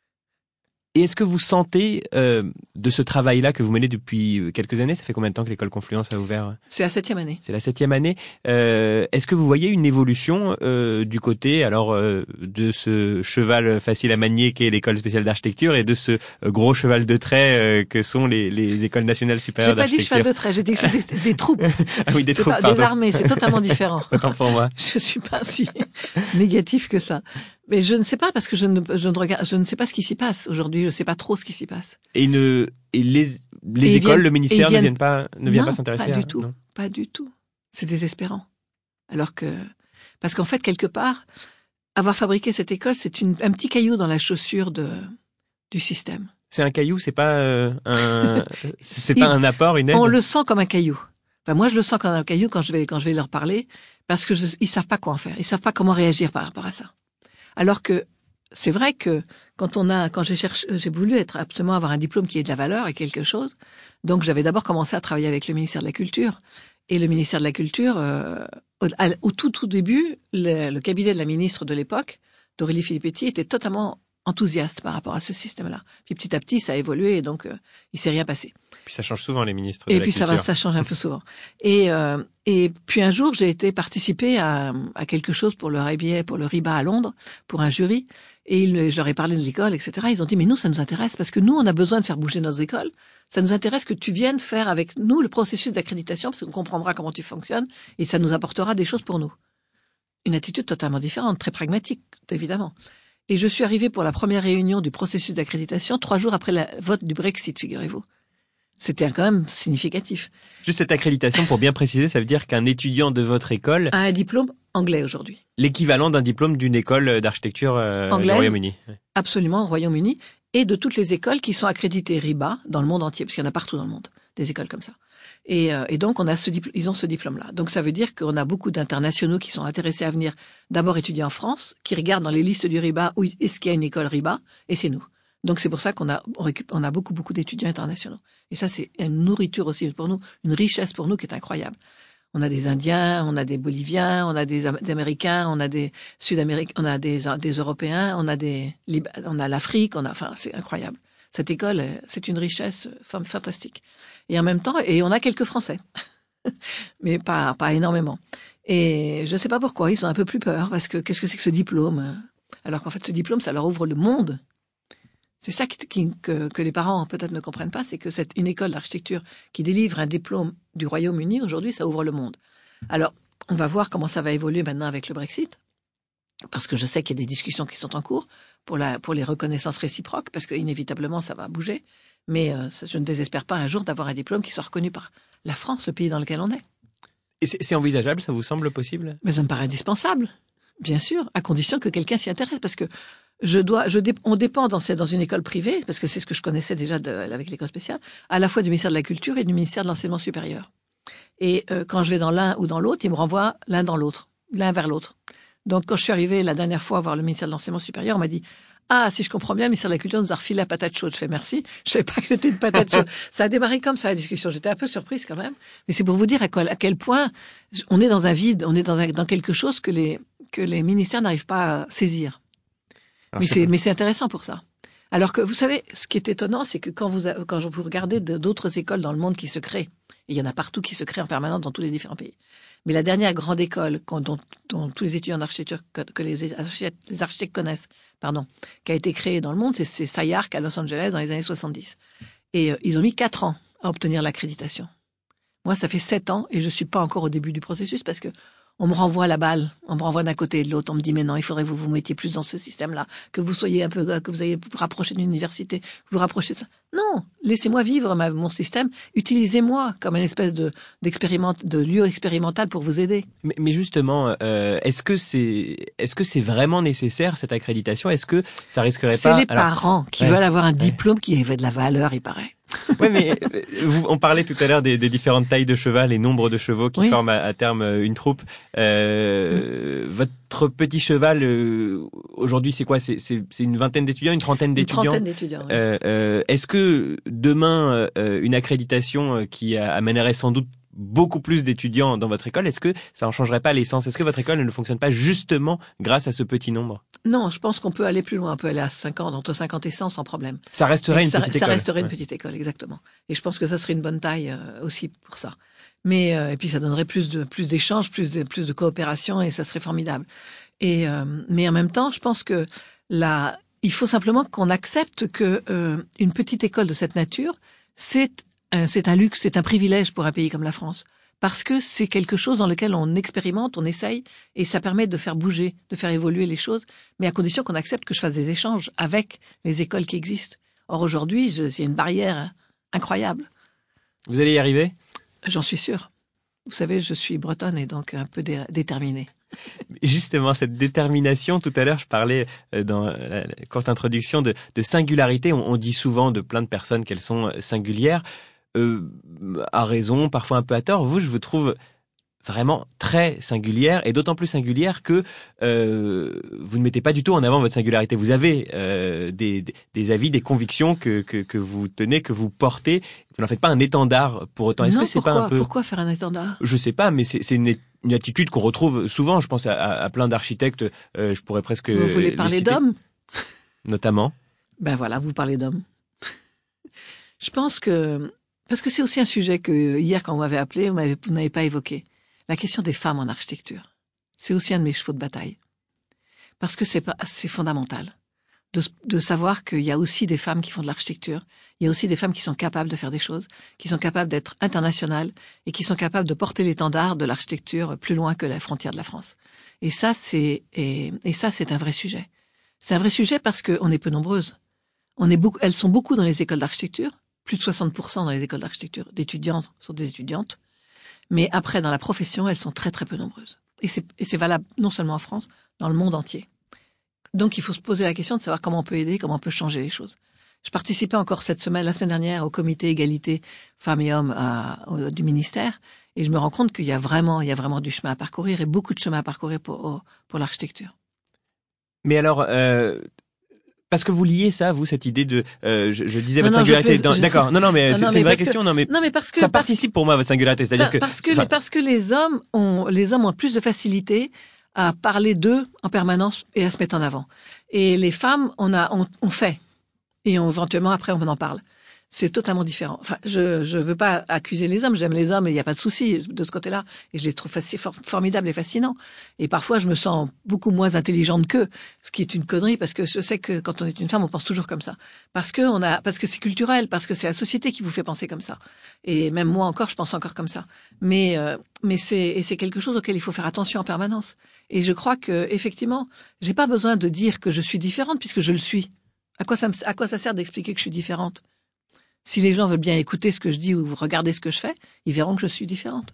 Et est-ce que vous sentez de ce travail-là que vous menez depuis quelques années, ça fait combien de temps que l'école Confluence a ouvert? C'est la 7e année. C'est la 7e année. Est-ce que vous voyez une évolution du côté de ce cheval facile à manier qu'est l'école spéciale d'architecture et de ce gros cheval de trait que sont les écoles nationales supérieures d'architecture? J'ai pas dit cheval de trait, j'ai dit que c'était des troupes. Ah oui, des troupes, pardon. Des armées, c'est totalement différent. Autant pour moi. Je suis pas si négatif que ça. Mais je ne sais pas parce que je ne sais pas ce qui s'y passe aujourd'hui. Je sais pas trop ce qui s'y passe. Et les écoles, le ministère ne viennent pas s'intéresser à ça? Pas du tout. C'est désespérant. Alors que parce qu'en fait quelque part, avoir fabriqué cette école, c'est un petit caillou dans la chaussure du système. C'est un caillou, c'est pas pas un apport, une aide. On le sent comme un caillou. Enfin, moi, je le sens quand un caillou quand je vais leur parler, parce que ils savent pas quoi en faire. Ils savent pas comment réagir par rapport à ça. Alors que c'est vrai que quand j'ai voulu absolument avoir un diplôme qui ait de la valeur et quelque chose. Donc, j'avais d'abord commencé à travailler avec le ministère de la Culture. Et le ministère de la Culture, au tout début, le cabinet de la ministre de l'époque, d'Aurélie Filippetti, était totalement enthousiaste par rapport à ce système-là. Puis petit à petit, ça a évolué et donc il s'est rien passé. Puis ça change souvent les ministres de la Culture. Et puis ça change un peu souvent. Et puis un jour, j'ai été participer à quelque chose pour le RIBA à Londres, pour un jury. Et je leur ai parlé de l'école, etc. Ils ont dit, mais nous, ça nous intéresse parce que nous, on a besoin de faire bouger nos écoles. Ça nous intéresse que tu viennes faire avec nous le processus d'accréditation parce qu'on comprendra comment tu fonctionnes et ça nous apportera des choses pour nous. Une attitude totalement différente, très pragmatique, évidemment. Et je suis arrivée pour la première réunion du processus d'accréditation 3 jours après le vote du Brexit, figurez-vous. C'était quand même significatif. Juste cette accréditation, pour bien préciser, ça veut dire qu'un étudiant de votre école a un diplôme anglais aujourd'hui. L'équivalent d'un diplôme d'une école d'architecture du Royaume-Uni. Absolument, au Royaume-Uni. Et de toutes les écoles qui sont accréditées RIBA dans le monde entier, parce qu'il y en a partout dans le monde, des écoles comme ça. Et donc, ils ont ce diplôme-là. Donc, ça veut dire qu'on a beaucoup d'internationaux qui sont intéressés à venir d'abord étudier en France, qui regardent dans les listes du RIBA où est-ce qu'il y a une école RIBA, et c'est nous. Donc, c'est pour ça qu'on a beaucoup d'étudiants internationaux. Et ça, c'est une nourriture aussi pour nous, une richesse pour nous qui est incroyable. On a des Indiens, on a des Boliviens, on a des Américains, on a des Sud-Américains, on a des Européens, on a l'Afrique, enfin, c'est incroyable. Cette école, c'est une richesse fantastique. Et en même temps, on a quelques Français. Mais pas énormément. Et je sais pas pourquoi, ils ont un peu plus peur, parce que qu'est-ce que c'est que ce diplôme? Alors qu'en fait, ce diplôme, ça leur ouvre le monde. C'est ça que les parents peut-être ne comprennent pas, c'est que une école d'architecture qui délivre un diplôme du Royaume-Uni, aujourd'hui, ça ouvre le monde. Alors, on va voir comment ça va évoluer maintenant avec le Brexit, parce que je sais qu'il y a des discussions qui sont en cours pour les reconnaissances réciproques, parce qu'inévitablement, ça va bouger. Mais je ne désespère pas un jour d'avoir un diplôme qui soit reconnu par la France, le pays dans lequel on est. Et c'est envisageable, ça vous semble possible? Mais ça me paraît indispensable, bien sûr, à condition que quelqu'un s'y intéresse, parce que on dépend dans une école privée, parce que c'est ce que je connaissais déjà avec l'école spéciale, à la fois du ministère de la Culture et du ministère de l'Enseignement supérieur. Et quand je vais dans l'un ou dans l'autre, ils me renvoient l'un vers l'autre. Donc quand je suis arrivée la dernière fois voir le ministère de l'Enseignement supérieur, on m'a dit « Ah, si je comprends bien, le ministère de la Culture nous a refilé la patate chaude. » Je fais « Merci, je savais pas que c'était une patate chaude. » Ça a démarré comme ça la discussion. J'étais un peu surprise quand même. Mais c'est pour vous dire à quel point on est dans un vide, on est dans quelque chose que les ministères n'arrivent pas à saisir. Mais c'est intéressant pour ça. Alors que vous savez, ce qui est étonnant, c'est que quand vous regardez d'autres écoles dans le monde qui se créent, et il y en a partout qui se créent en permanence dans tous les différents pays. Mais la dernière grande école dont tous les étudiants d'architecture que les architectes connaissent, qui a été créée dans le monde, c'est SCI-Arc à Los Angeles dans les années 70. Et ils ont mis 4 ans à obtenir l'accréditation. Moi, ça fait 7 ans et je suis pas encore au début du processus parce que on me renvoie la balle, on me renvoie d'un côté et de l'autre. On me dit mais non, il faudrait que vous vous mettiez plus dans ce système-là, que vous soyez que vous ayez vous rapprocher d'une université, que vous rapprochez de ça. Non, laissez-moi vivre mon système. Utilisez-moi comme une espèce de lieu expérimental pour vous aider. Mais justement, est-ce que c'est vraiment nécessaire cette accréditation? Est-ce que ça risquerait pas? C'est les parents qui veulent avoir un diplôme qui avait de la valeur, il paraît. Ouais, mais on parlait tout à l'heure des différentes tailles de cheval et nombres de chevaux qui forment à terme une troupe. Votre petit cheval, aujourd'hui, c'est quoi? C'est une vingtaine d'étudiants, une trentaine d'étudiants? Une trentaine d'étudiants, oui. Est-ce que demain, une accréditation qui amènerait sans doute beaucoup plus d'étudiants dans votre école, est-ce que ça en changerait pas l'essence? Est-ce que votre école ne fonctionne pas justement grâce à ce petit nombre? Non, je pense qu'on peut aller plus loin. On peut aller à 50, entre 50 et 100 sans problème. Ça resterait une petite école. Ça resterait une petite école, exactement. Et je pense que ça serait une bonne taille aussi pour ça. Mais et puis ça donnerait plus d'échanges, plus de coopération et ça serait formidable. Et mais en même temps, je pense que il faut simplement qu'on accepte que une petite école de cette nature, c'est un luxe, c'est un privilège pour un pays comme la France. Parce que c'est quelque chose dans lequel on expérimente, on essaye, et ça permet de faire bouger, de faire évoluer les choses, mais à condition qu'on accepte que je fasse des échanges avec les écoles qui existent. Or aujourd'hui, il y a une barrière incroyable. Vous allez y arriver? J'en suis sûre. Vous savez, je suis bretonne et donc un peu déterminée. Justement, cette détermination, tout à l'heure, je parlais dans la courte introduction de singularité. On dit souvent de plein de personnes qu'elles sont singulières. à raison, parfois un peu à tort. Vous, je vous trouve vraiment très singulière, et d'autant plus singulière que vous ne mettez pas du tout en avant votre singularité. Vous avez des avis, des convictions que vous tenez, que vous portez. Vous n'en faites pas un étendard pour autant. Est-ce Non, que c'est pas un peu... Pourquoi faire un étendard? Je sais pas, mais c'est une attitude qu'on retrouve souvent. Je pense à plein d'architectes. Je pourrais presque... Vous voulez parler d'hommes? Notamment. Ben voilà, vous parlez d'hommes. Je pense que... Parce que c'est aussi un sujet que hier, quand vous m'avez appelé, vous n'avez pas évoqué. La question des femmes en architecture. C'est aussi un de mes chevaux de bataille. Parce que c'est fondamental de savoir qu'il y a aussi des femmes qui font de l'architecture. Il y a aussi des femmes qui sont capables de faire des choses, qui sont capables d'être internationales et qui sont capables de porter l'étendard de l'architecture plus loin que la frontière de la France. Et ça, c'est un vrai sujet. C'est un vrai sujet parce qu'on est peu nombreuses. Elles sont beaucoup dans les écoles d'architecture. Plus de 60% dans les écoles d'architecture d'étudiantes sont des étudiantes. Mais après, dans la profession, elles sont très très peu nombreuses. Et c'est valable non seulement en France, dans le monde entier. Donc il faut se poser la question de savoir comment on peut aider, comment on peut changer les choses. Je participais encore la semaine dernière au comité égalité femmes et hommes du ministère, et je me rends compte qu'il y a vraiment du chemin à parcourir, et beaucoup de chemin à parcourir pour l'architecture. Mais alors... Parce que vous liez ça, vous, cette idée de, je disais votre singularité. D'accord. Non, mais c'est une vraie question. Non, mais parce que ça participe pour moi à votre singularité. C'est-à-dire parce que les hommes ont plus de facilité à parler d'eux en permanence et à se mettre en avant. Et les femmes, on fait. Et éventuellement, après, on en parle. C'est totalement différent. Enfin, je veux pas accuser les hommes. J'aime les hommes et il n'y a pas de souci de ce côté-là. Et je les trouve formidables et fascinants. Et parfois, je me sens beaucoup moins intelligente qu'eux. Ce qui est une connerie parce que je sais que quand on est une femme, on pense toujours comme ça. Parce que c'est culturel, parce que c'est la société qui vous fait penser comme ça. Et même moi encore, je pense encore comme ça. Mais c'est quelque chose auquel il faut faire attention en permanence. Et je crois que, effectivement, j'ai pas besoin de dire que je suis différente puisque je le suis. À quoi ça sert d'expliquer que je suis différente? Si les gens veulent bien écouter ce que je dis ou regarder ce que je fais, ils verront que je suis différente.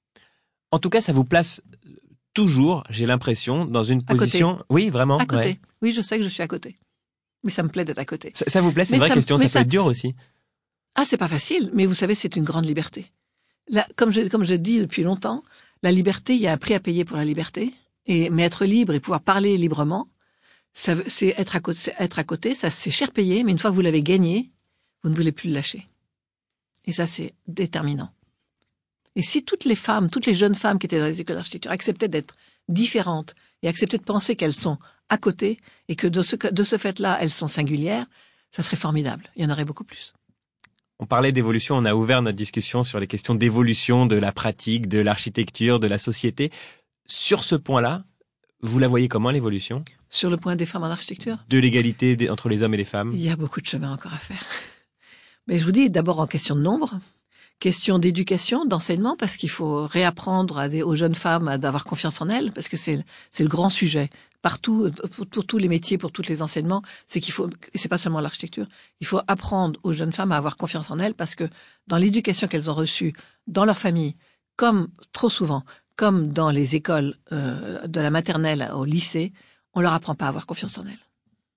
En tout cas, ça vous place toujours, j'ai l'impression, dans une position... côté. Oui, vraiment. À côté. Ouais. Oui, je sais que je suis à côté. Mais ça me plaît d'être à côté. Ça vous plaît, c'est une vraie question. Ça peut être dur aussi. Ah, c'est pas facile. Mais vous savez, c'est une grande liberté. Là, comme je dis depuis longtemps, la liberté, il y a un prix à payer pour la liberté. Mais être libre et pouvoir parler librement, c'est être à côté. Ça, c'est cher payé. Mais une fois que vous l'avez gagné, vous ne voulez plus le lâcher. Et ça, c'est déterminant. Et si toutes les jeunes femmes qui étaient dans les écoles d'architecture acceptaient d'être différentes et acceptaient de penser qu'elles sont à côté et que de ce fait-là, elles sont singulières, ça serait formidable. Il y en aurait beaucoup plus. On parlait d'évolution, on a ouvert notre discussion sur les questions d'évolution de la pratique, de l'architecture, de la société. Sur ce point-là, vous la voyez comment, l'évolution ? Sur le point des femmes en architecture ? De l'égalité entre les hommes et les femmes ? Il y a beaucoup de chemin encore à faire. Mais je vous dis d'abord en question de nombre, question d'éducation, d'enseignement, parce qu'il faut réapprendre aux jeunes femmes à avoir confiance en elles, parce que c'est le grand sujet. Partout, pour tous les métiers, pour tous les enseignements, c'est pas seulement l'architecture, il faut apprendre aux jeunes femmes à avoir confiance en elles, parce que dans l'éducation qu'elles ont reçue, dans leur famille, comme trop souvent, comme dans les écoles de la maternelle au lycée, on leur apprend pas à avoir confiance en elles.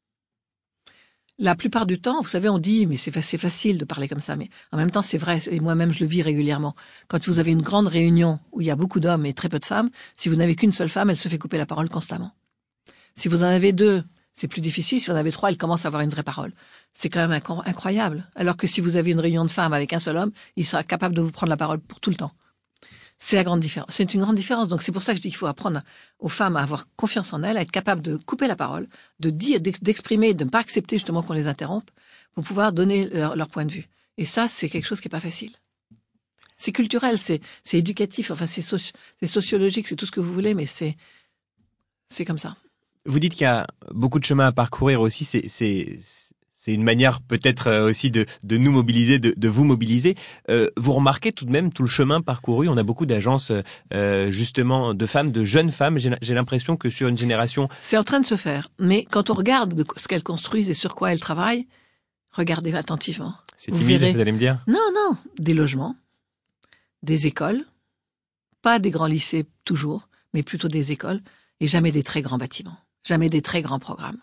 La plupart du temps, vous savez, on dit, mais c'est facile de parler comme ça, mais en même temps, c'est vrai, et moi-même, je le vis régulièrement. Quand vous avez une grande réunion où il y a beaucoup d'hommes et très peu de femmes, si vous n'avez qu'une seule femme, elle se fait couper la parole constamment. Si vous en avez deux, c'est plus difficile. Si vous en avez trois, elle commence à avoir une vraie parole. C'est quand même incroyable. Alors que si vous avez une réunion de femmes avec un seul homme, il sera capable de vous prendre la parole pour tout le temps. C'est la grande différence. C'est une grande différence. Donc c'est pour ça que je dis qu'il faut apprendre aux femmes à avoir confiance en elles, à être capable de couper la parole, de dire, d'exprimer, de ne pas accepter justement qu'on les interrompe, pour pouvoir donner leur point de vue. Et ça, c'est quelque chose qui est pas facile. C'est culturel, c'est éducatif, enfin c'est sociologique, c'est tout ce que vous voulez, mais c'est comme ça. Vous dites qu'il y a beaucoup de chemin à parcourir aussi. C'est une manière peut-être aussi de nous mobiliser, de vous mobiliser. Vous remarquez tout de même tout le chemin parcouru. On a beaucoup d'agences justement de femmes, de jeunes femmes. J'ai l'impression que sur une génération... C'est en train de se faire. Mais quand on regarde ce qu'elles construisent et sur quoi elles travaillent, regardez attentivement. C'est timide, vous allez me dire ? Non. Des logements, des écoles, pas des grands lycées toujours, mais plutôt des écoles, et jamais des très grands bâtiments, jamais des très grands programmes.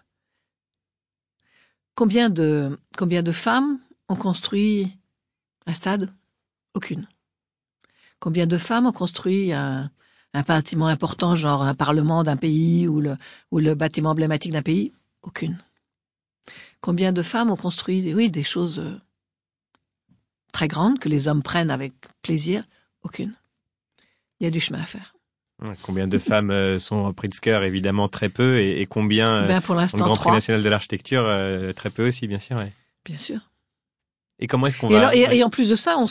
Combien de femmes ont construit un stade Aucune. Combien de femmes ont construit un bâtiment important, genre un parlement d'un pays ou le bâtiment emblématique d'un pays? Aucune. Combien de femmes ont construit, des choses très grandes que les hommes prennent avec plaisir? Aucune. Il y a du chemin à faire. Combien de femmes sont Pritzker? Évidemment très peu, et combien pour l'instant, Grand 3. Prix national de l'architecture? Très peu aussi, bien sûr. Ouais. Bien sûr. Et comment est-ce qu'on va... Et en plus de ça, on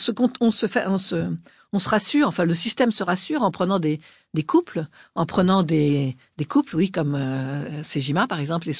se rassure, enfin le système se rassure en prenant des couples, oui, comme Sejima par exemple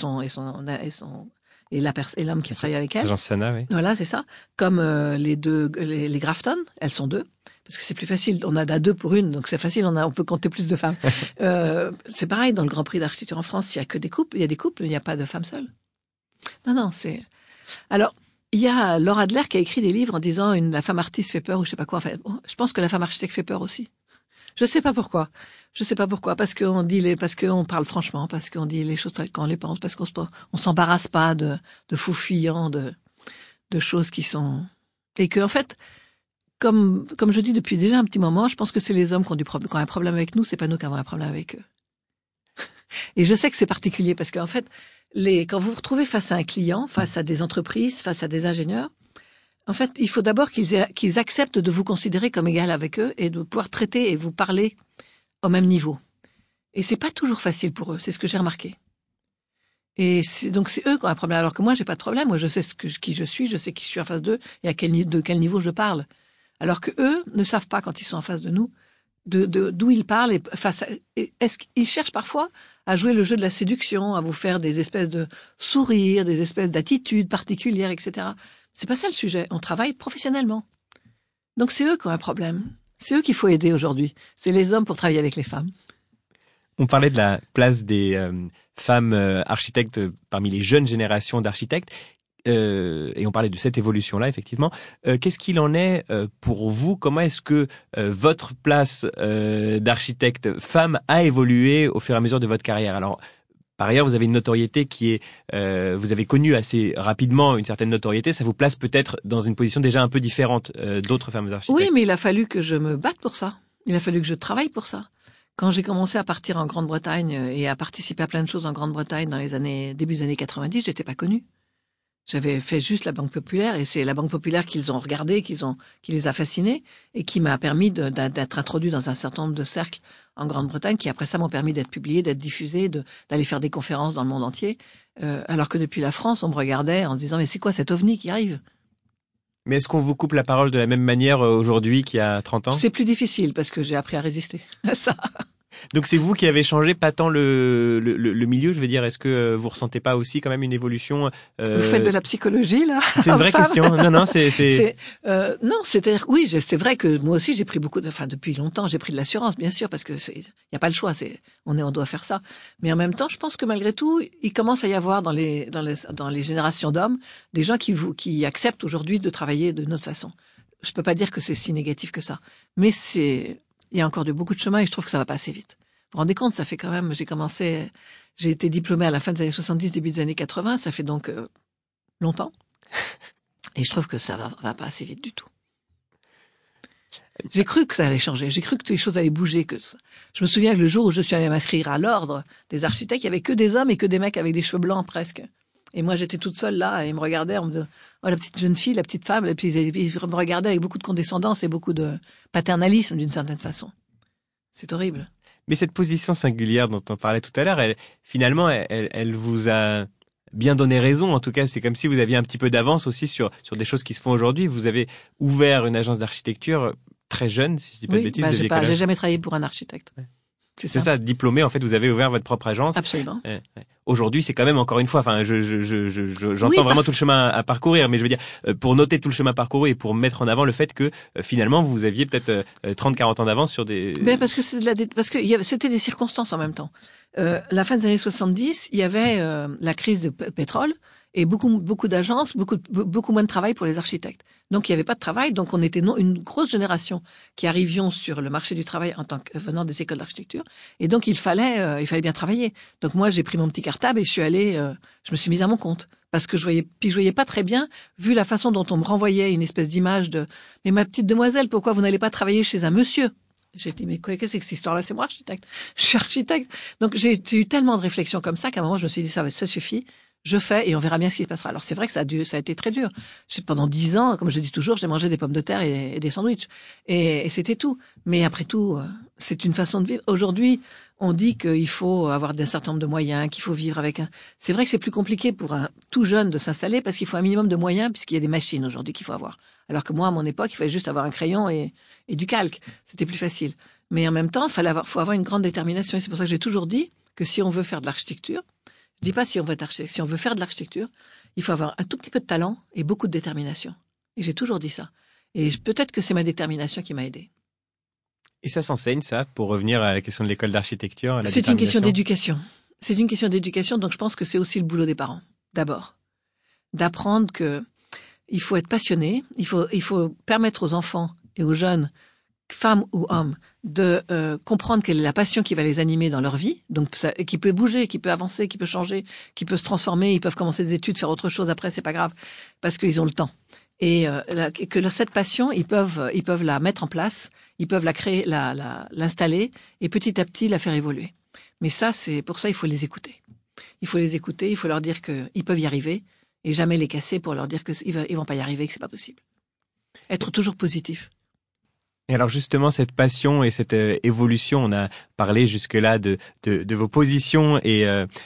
et l'homme qui travaille avec elle. Jean Sana, oui. Voilà, c'est ça. Comme les Grafton, elles sont 2. Parce que c'est plus facile, on a 2 pour 1, donc c'est facile, on peut compter plus de femmes. C'est pareil dans le Grand Prix d'architecture en France, il y a que des couples, il y a des couples, il n'y a pas de femmes seules. Non, c'est... Alors, il y a Laura Adler qui a écrit des livres en disant la femme artiste fait peur ou je sais pas quoi. Enfin, je pense que la femme architecte fait peur aussi. Je sais pas pourquoi, parce qu'on parle franchement, parce qu'on dit les choses telles qu'on les pense, parce qu'on s'embarrasse pas de fous fuyants, de choses qui sont... Et que, en fait, comme je dis depuis déjà un petit moment, je pense que c'est les hommes qui ont un problème avec nous, c'est pas nous qui avons un problème avec eux. Et je sais que c'est particulier parce qu'en fait, quand vous vous retrouvez face à un client, face à des entreprises, face à des ingénieurs, en fait, il faut d'abord qu'ils acceptent de vous considérer comme égal avec eux et de pouvoir traiter et vous parler au même niveau. Et c'est pas toujours facile pour eux, c'est ce que j'ai remarqué. Et donc c'est eux qui ont un problème, alors que moi j'ai pas de problème. Moi je sais qui je suis, je sais qui je suis en face d'eux et de quel niveau je parle. Alors que eux ne savent pas quand ils sont en face de nous d'où ils parlent est-ce qu'ils cherchent parfois à jouer le jeu de la séduction, à vous faire des espèces de sourires, des espèces d'attitudes particulières, etc. C'est pas ça le sujet. On travaille professionnellement. Donc c'est eux qui ont un problème. C'est eux qu'il faut aider aujourd'hui. C'est les hommes pour travailler avec les femmes. On parlait de la place des femmes architectes parmi les jeunes générations d'architectes. Et on parlait de cette évolution-là, effectivement. Qu'est-ce qu'il en est pour vous? Comment est-ce que votre place d'architecte femme a évolué au fur et à mesure de votre carrière? Alors, par ailleurs, vous avez une notoriété qui est... vous avez connu assez rapidement une certaine notoriété. Ça vous place peut-être dans une position déjà un peu différente d'autres femmes architectes. Oui, mais il a fallu que je me batte pour ça. Il a fallu que je travaille pour ça. Quand j'ai commencé à partir en Grande-Bretagne et à participer à plein de choses en Grande-Bretagne dans début des années 90, j'étais pas connue. J'avais fait juste la Banque Populaire et c'est la Banque Populaire qu'ils ont regardée, qui les a fascinés et qui m'a permis d'être introduit dans un certain nombre de cercles en Grande-Bretagne qui après ça m'ont permis d'être publiés, d'être diffusés, d'aller faire des conférences dans le monde entier. Alors que depuis la France, on me regardait en se disant mais c'est quoi cet ovni qui arrive? Mais est-ce qu'on vous coupe la parole de la même manière aujourd'hui qu'il y a 30 ans? C'est plus difficile parce que j'ai appris à résister à ça. Donc c'est vous qui avez changé pas tant le milieu, je veux dire. Est-ce que vous ressentez pas aussi quand même une évolution Vous faites de la psychologie là? C'est une vraie question. Non, non, non, c'est-à-dire oui, c'est vrai que moi aussi j'ai pris depuis longtemps j'ai pris de l'assurance, bien sûr, parce que il y a pas le choix, on doit faire ça. Mais en même temps, je pense que malgré tout, il commence à y avoir dans les générations d'hommes des gens qui acceptent aujourd'hui de travailler de notre façon. Je peux pas dire que c'est si négatif que ça, mais il y a encore beaucoup de chemin et je trouve que ça va pas assez vite. Vous vous rendez compte, ça fait quand même, j'ai été diplômée à la fin des années 70, début des années 80, ça fait donc longtemps. Et je trouve que ça va pas assez vite du tout. J'ai cru que ça allait changer, j'ai cru que les choses allaient bouger. Je me souviens que le jour où je suis allée m'inscrire à l'ordre des architectes, il y avait que des hommes et que des mecs avec des cheveux blancs presque. Et moi, j'étais toute seule là, et ils me regardaient en me disant, oh, la petite jeune fille, la petite femme, et puis ils me regardaient avec beaucoup de condescendance et beaucoup de paternalisme d'une certaine façon. C'est horrible. Mais cette position singulière dont on parlait tout à l'heure, elle vous a bien donné raison. En tout cas, c'est comme si vous aviez un petit peu d'avance aussi sur des choses qui se font aujourd'hui. Vous avez ouvert une agence d'architecture très jeune, si je dis pas de bêtises. J'ai jamais travaillé pour un architecte. Ouais. C'est ça, diplômé, en fait, vous avez ouvert votre propre agence. Absolument. Aujourd'hui, c'est quand même, encore une fois, enfin, j'entends vraiment tout le chemin à parcourir, mais je veux dire, pour noter tout le chemin parcouru et pour mettre en avant le fait que, finalement, vous aviez peut-être 30-40 ans d'avance sur des... Ben, parce que c'était des circonstances en même temps. La fin des années 70, il y avait la crise de pétrole, et beaucoup d'agences, beaucoup moins de travail pour les architectes. Donc il n'y avait pas de travail, donc on était une grosse génération qui arrivions sur le marché du travail en tant que venant des écoles d'architecture, et donc il fallait bien travailler. Donc moi j'ai pris mon petit cartable et je me suis mise à mon compte parce que je voyais pas très bien, vu la façon dont on me renvoyait une espèce d'image de mais ma petite demoiselle, pourquoi vous n'allez pas travailler chez un monsieur? J'ai dit, mais qu'est-ce que c'est que cette histoire-là? C'est moi architecte. Je suis architecte. Donc, j'ai eu tellement de réflexions comme ça qu'à un moment, je me suis dit, ça suffit. Je fais et on verra bien ce qui se passera. Alors, c'est vrai que ça a été très dur. Pendant 10 ans, comme je dis toujours, j'ai mangé des pommes de terre et des sandwichs. Et c'était tout. Mais après tout, c'est une façon de vivre. Aujourd'hui, on dit qu'il faut avoir un certain nombre de moyens, qu'il faut vivre avec C'est vrai que c'est plus compliqué pour un tout jeune de s'installer parce qu'il faut un minimum de moyens puisqu'il y a des machines aujourd'hui qu'il faut avoir. Alors que moi, à mon époque, il fallait juste avoir un crayon et du calque. C'était plus facile. Mais en même temps, faut avoir une grande détermination. Et c'est pour ça que j'ai toujours dit que si on veut faire de l'architecture, je dis pas si on veut être architecte, si on veut faire de l'architecture, il faut avoir un tout petit peu de talent et beaucoup de détermination. Et j'ai toujours dit ça. Et peut-être que c'est ma détermination qui m'a aidée. Et ça s'enseigne, ça, pour revenir à la question de l'école d'architecture? C'est une question d'éducation. C'est une question d'éducation, donc je pense que c'est aussi le boulot des parents, d'abord. D'apprendre que il faut être passionné, il faut permettre aux enfants et aux jeunes, femmes ou hommes, de comprendre quelle est la passion qui va les animer dans leur vie, donc qui peut bouger, qui peut avancer, qui peut changer, qui peut se transformer, ils peuvent commencer des études, faire autre chose après, c'est pas grave, parce qu'ils ont le temps. Et que cette passion, ils peuvent la mettre en place, ils peuvent la créer, l'installer, et petit à petit la faire évoluer. Mais ça, pour ça, il faut les écouter. Il faut les écouter, il faut leur dire qu'ils peuvent y arriver, et jamais les casser pour leur dire qu'ils vont pas y arriver, que c'est pas possible. Être toujours positif. Et alors justement, cette passion et cette évolution, on a parlé jusque-là de vos positions et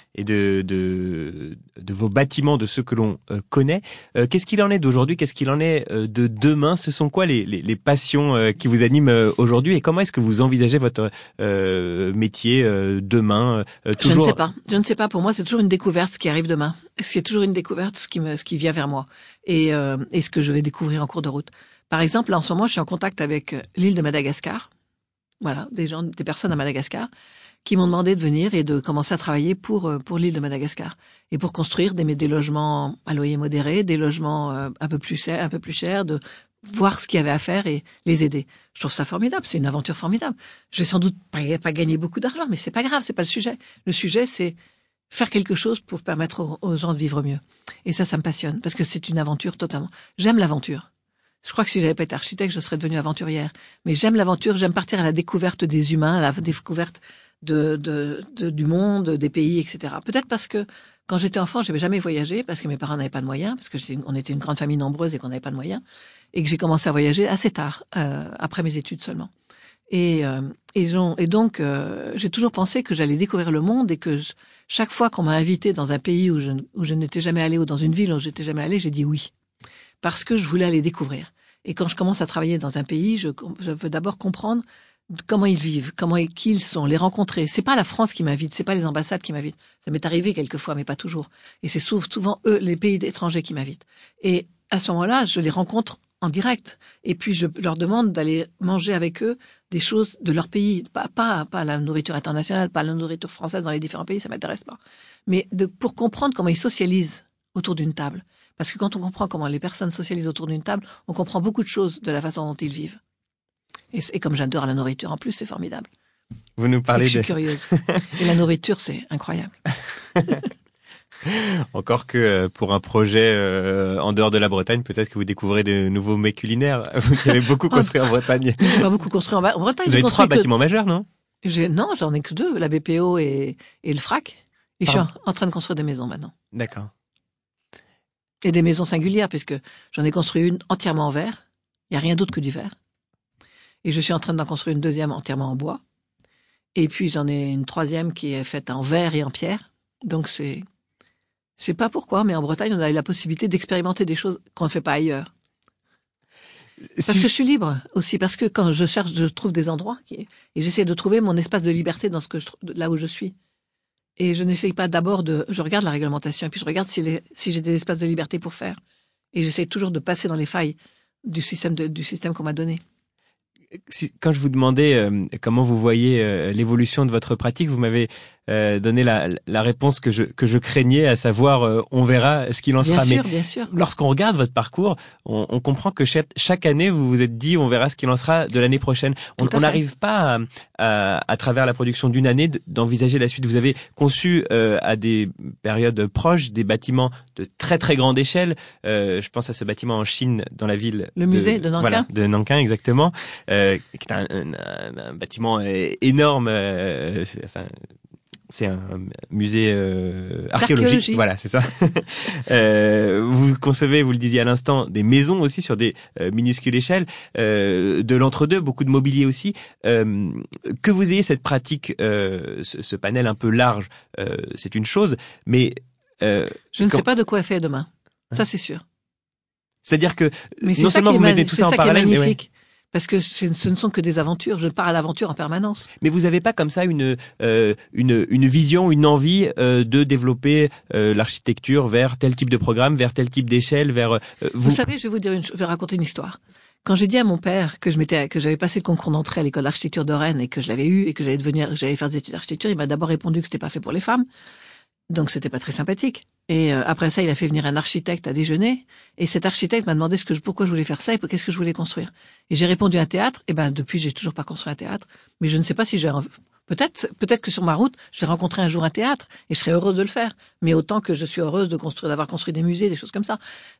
de vos bâtiments, de ceux que l'on connaît. Qu'est-ce qu'il en est d'aujourd'hui? Qu'est-ce qu'il en est de demain? Ce sont quoi les passions qui vous animent aujourd'hui? Et comment est-ce que vous envisagez votre métier demain toujours... Je ne sais pas. Pour moi, c'est toujours une découverte ce qui arrive demain. C'est toujours une découverte ce qui vient vers moi et ce que je vais découvrir en cours de route. Par exemple, là, en ce moment, je suis en contact avec l'île de Madagascar. Voilà, des personnes à Madagascar qui m'ont demandé de venir et de commencer à travailler pour l'île de Madagascar et pour construire des logements à loyer modéré, des logements un peu plus chers, de voir ce qu'il y avait à faire et les aider. Je trouve ça formidable, c'est une aventure formidable. Je vais sans doute pas gagner beaucoup d'argent, mais c'est pas grave, c'est pas le sujet. Le sujet, c'est faire quelque chose pour permettre aux gens de vivre mieux. Et ça me passionne parce que c'est une aventure totalement. J'aime l'aventure. Je crois que si j'avais pas été architecte, je serais devenue aventurière. Mais j'aime l'aventure, j'aime partir à la découverte des humains, à la découverte du monde, des pays, etc. Peut-être parce que quand j'étais enfant, j'avais jamais voyagé parce que mes parents n'avaient pas de moyens, parce que on était une grande famille nombreuse et qu'on n'avait pas de moyens, et que j'ai commencé à voyager assez tard, après mes études seulement. Et donc j'ai toujours pensé que j'allais découvrir le monde et que chaque fois qu'on m'a invité dans un pays où je n'étais jamais allée ou dans une ville où j'étais jamais allée, j'ai dit oui. Parce que je voulais aller découvrir. Et quand je commence à travailler dans un pays, je veux d'abord comprendre comment ils vivent, qui ils sont, les rencontrer. C'est pas la France qui m'invite, c'est pas les ambassades qui m'invitent. Ça m'est arrivé quelquefois, mais pas toujours. Et c'est souvent eux, les pays étrangers qui m'invitent. Et à ce moment-là, je les rencontre en direct. Et puis je leur demande d'aller manger avec eux des choses de leur pays. Pas la nourriture internationale, pas la nourriture française dans les différents pays, ça m'intéresse pas. Mais pour comprendre comment ils socialisent autour d'une table. Parce que quand on comprend comment les personnes socialisent autour d'une table, on comprend beaucoup de choses de la façon dont ils vivent. Et comme j'adore la nourriture en plus, c'est formidable. Vous nous parlez je suis curieuse. Et la nourriture, c'est incroyable. Encore que pour un projet en dehors de la Bretagne, peut-être que vous découvrez de nouveaux mets culinaires. Vous avez beaucoup construit en Bretagne. J'ai pas beaucoup construit en Bretagne. Vous avez 3 bâtiments majeurs, non? Non, j'en ai que 2, la BPO et le FRAC. Et je suis en train de construire des maisons maintenant. D'accord. Et des maisons singulières, puisque j'en ai construit une entièrement en verre. Il n'y a rien d'autre que du verre. Et je suis en train d'en construire une deuxième entièrement en bois. Et puis j'en ai une troisième qui est faite en verre et en pierre. Donc c'est pas pourquoi, mais en Bretagne, on a eu la possibilité d'expérimenter des choses qu'on ne fait pas ailleurs. Parce que je suis libre aussi, parce que quand je cherche, je trouve des endroits et j'essaie de trouver mon espace de liberté dans là où je suis. Et je n'essaye pas je regarde la réglementation et puis je regarde si j'ai des espaces de liberté pour faire. Et j'essaie toujours de passer dans les failles du système qu'on m'a donné. Quand je vous demandais comment vous voyez l'évolution de votre pratique, vous m'avez donné la réponse que je craignais, à savoir on verra ce qu'il en sera. Bien sûr. Lorsqu'on regarde votre parcours, on comprend que chaque année vous vous êtes dit on verra ce qu'il en sera de l'année prochaine. On n'arrive pas à travers la production d'une année d'envisager la suite. Vous avez conçu à des périodes proches des bâtiments de très très grande échelle. Je pense à ce bâtiment en Chine dans la ville. Le musée de Nankin. Voilà, de Nankin exactement, qui est un bâtiment énorme. C'est un musée archéologique. Voilà, c'est ça. Vous concevez, vous le disiez à l'instant, des maisons aussi sur des minuscules échelles, de l'entre-deux, beaucoup de mobilier aussi. Que vous ayez cette pratique, ce panel un peu large, c'est une chose, mais je ne sais pas de quoi est fait demain. Ça, c'est sûr. C'est-à-dire que non seulement vous mettez tout ça en parallèle, mais magnifique. Parce que ce ne sont que des aventures. Je pars à l'aventure en permanence. Mais vous n'avez pas comme ça une vision, une envie de développer l'architecture vers tel type de programme, vers tel type d'échelle, vers vous savez, je vais raconter une histoire. Quand j'ai dit à mon père que j'avais passé le concours d'entrée à l'école d'architecture de Rennes et que je l'avais eu et que j'allais faire des études d'architecture, il m'a d'abord répondu que c'était pas fait pour les femmes. Donc c'était pas très sympathique. Et après ça, il a fait venir un architecte à déjeuner. Et cet architecte m'a demandé pourquoi je voulais faire ça et qu'est-ce que je voulais construire. Et j'ai répondu un théâtre. Et depuis, j'ai toujours pas construit un théâtre. Mais je ne sais pas si peut-être que sur ma route, je vais rencontrer un jour un théâtre et je serai heureuse de le faire. Mais autant que je suis heureuse d'avoir construit des musées, des choses comme ça.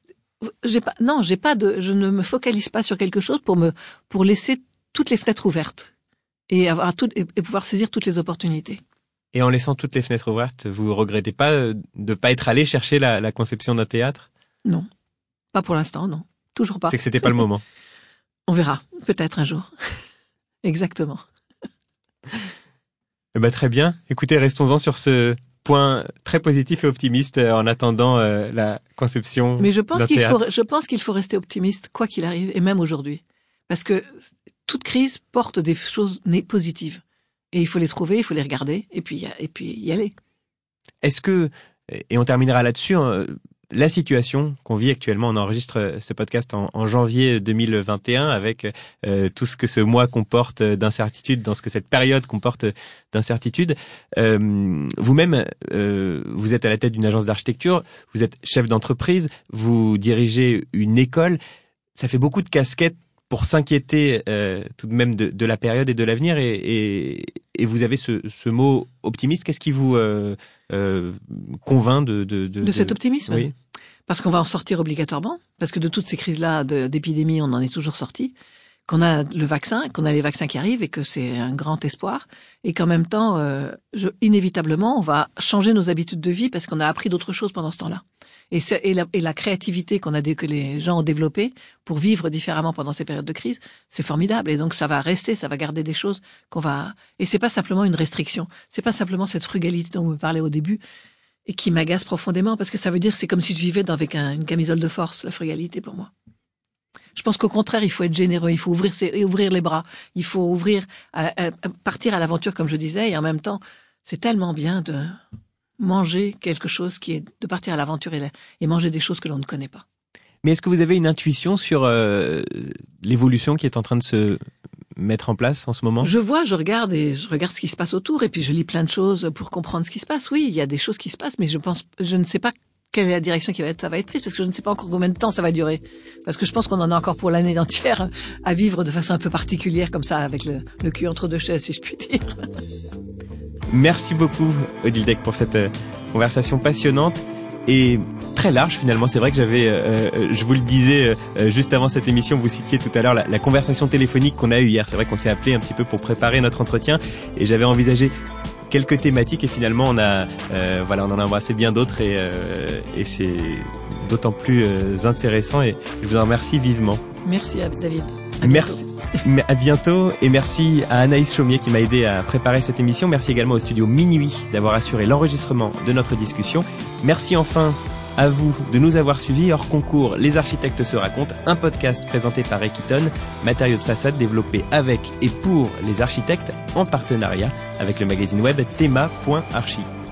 Je ne me focalise pas sur quelque chose pour laisser toutes les fenêtres ouvertes et pouvoir saisir toutes les opportunités. Et en laissant toutes les fenêtres ouvertes, vous regrettez pas de pas être allé chercher la conception d'un théâtre? Non. Pas pour l'instant, non. Toujours pas. C'est que c'était pas le moment. On verra. Peut-être un jour. Exactement. Très bien. Écoutez, restons-en sur ce point très positif et optimiste en attendant la conception. Mais je pense qu'il faut rester optimiste quoi qu'il arrive, et même aujourd'hui. Parce que toute crise porte des choses positives. Et il faut les trouver, il faut les regarder, et puis y aller. Est-ce que, et on terminera là-dessus, la situation qu'on vit actuellement, on enregistre ce podcast en janvier 2021 avec tout ce que ce mois comporte d'incertitude, dans ce que cette période comporte d'incertitude. Vous-même, vous êtes à la tête d'une agence d'architecture, vous êtes chef d'entreprise, vous dirigez une école. Ça fait beaucoup de casquettes pour s'inquiéter tout de même de la période et de l'avenir, et vous avez ce mot optimiste. Qu'est-ce qui vous convainc de cet optimisme? Oui. Parce qu'on va en sortir obligatoirement, parce que de toutes ces crises-là d'épidémie, on en est toujours sorti, qu'on a les vaccins qui arrivent et que c'est un grand espoir, et qu'en même temps, inévitablement, on va changer nos habitudes de vie parce qu'on a appris d'autres choses pendant ce temps-là. Et la créativité que les gens ont développée pour vivre différemment pendant ces périodes de crise, c'est formidable. Et donc ça va garder des choses et c'est pas simplement une restriction. C'est pas simplement cette frugalité dont vous me parlez au début et qui m'agace profondément, parce que ça veut dire, c'est comme si je vivais avec une camisole de force, la frugalité pour moi. Je pense qu'au contraire, il faut être généreux, il faut ouvrir les bras, il faut partir à l'aventure, comme je disais, et en même temps, c'est tellement bien de manger quelque chose qui est de partir à l'aventure et manger des choses que l'on ne connaît pas. Mais est-ce que vous avez une intuition sur l'évolution qui est en train de se mettre en place en ce moment? Je regarde ce qui se passe autour, et puis je lis plein de choses pour comprendre ce qui se passe. Oui, il y a des choses qui se passent, mais je ne sais pas quelle est la direction ça va être prise, parce que je ne sais pas encore combien de temps ça va durer. Parce que je pense qu'on en a encore pour l'année entière à vivre de façon un peu particulière, comme ça, avec le cul entre deux chaises, si je puis dire. Merci beaucoup, Odile Deck, pour cette conversation passionnante et très large finalement. C'est vrai que je vous le disais juste avant cette émission, vous citiez tout à l'heure la conversation téléphonique qu'on a eue hier. C'est vrai qu'on s'est appelé un petit peu pour préparer notre entretien, et j'avais envisagé quelques thématiques, et finalement on en a embrassé bien d'autres, et c'est d'autant plus intéressant, et je vous en remercie vivement. Merci David. Merci. À bientôt, et merci à Anaïs Chaumier qui m'a aidé à préparer cette émission. Merci également au studio Minuit d'avoir assuré l'enregistrement de notre discussion. Merci enfin à vous de nous avoir suivis. Hors concours, Les Architectes se racontent, un podcast présenté par Equiton, matériaux de façade développés avec et pour les architectes, en partenariat avec le magazine web Thema.archi.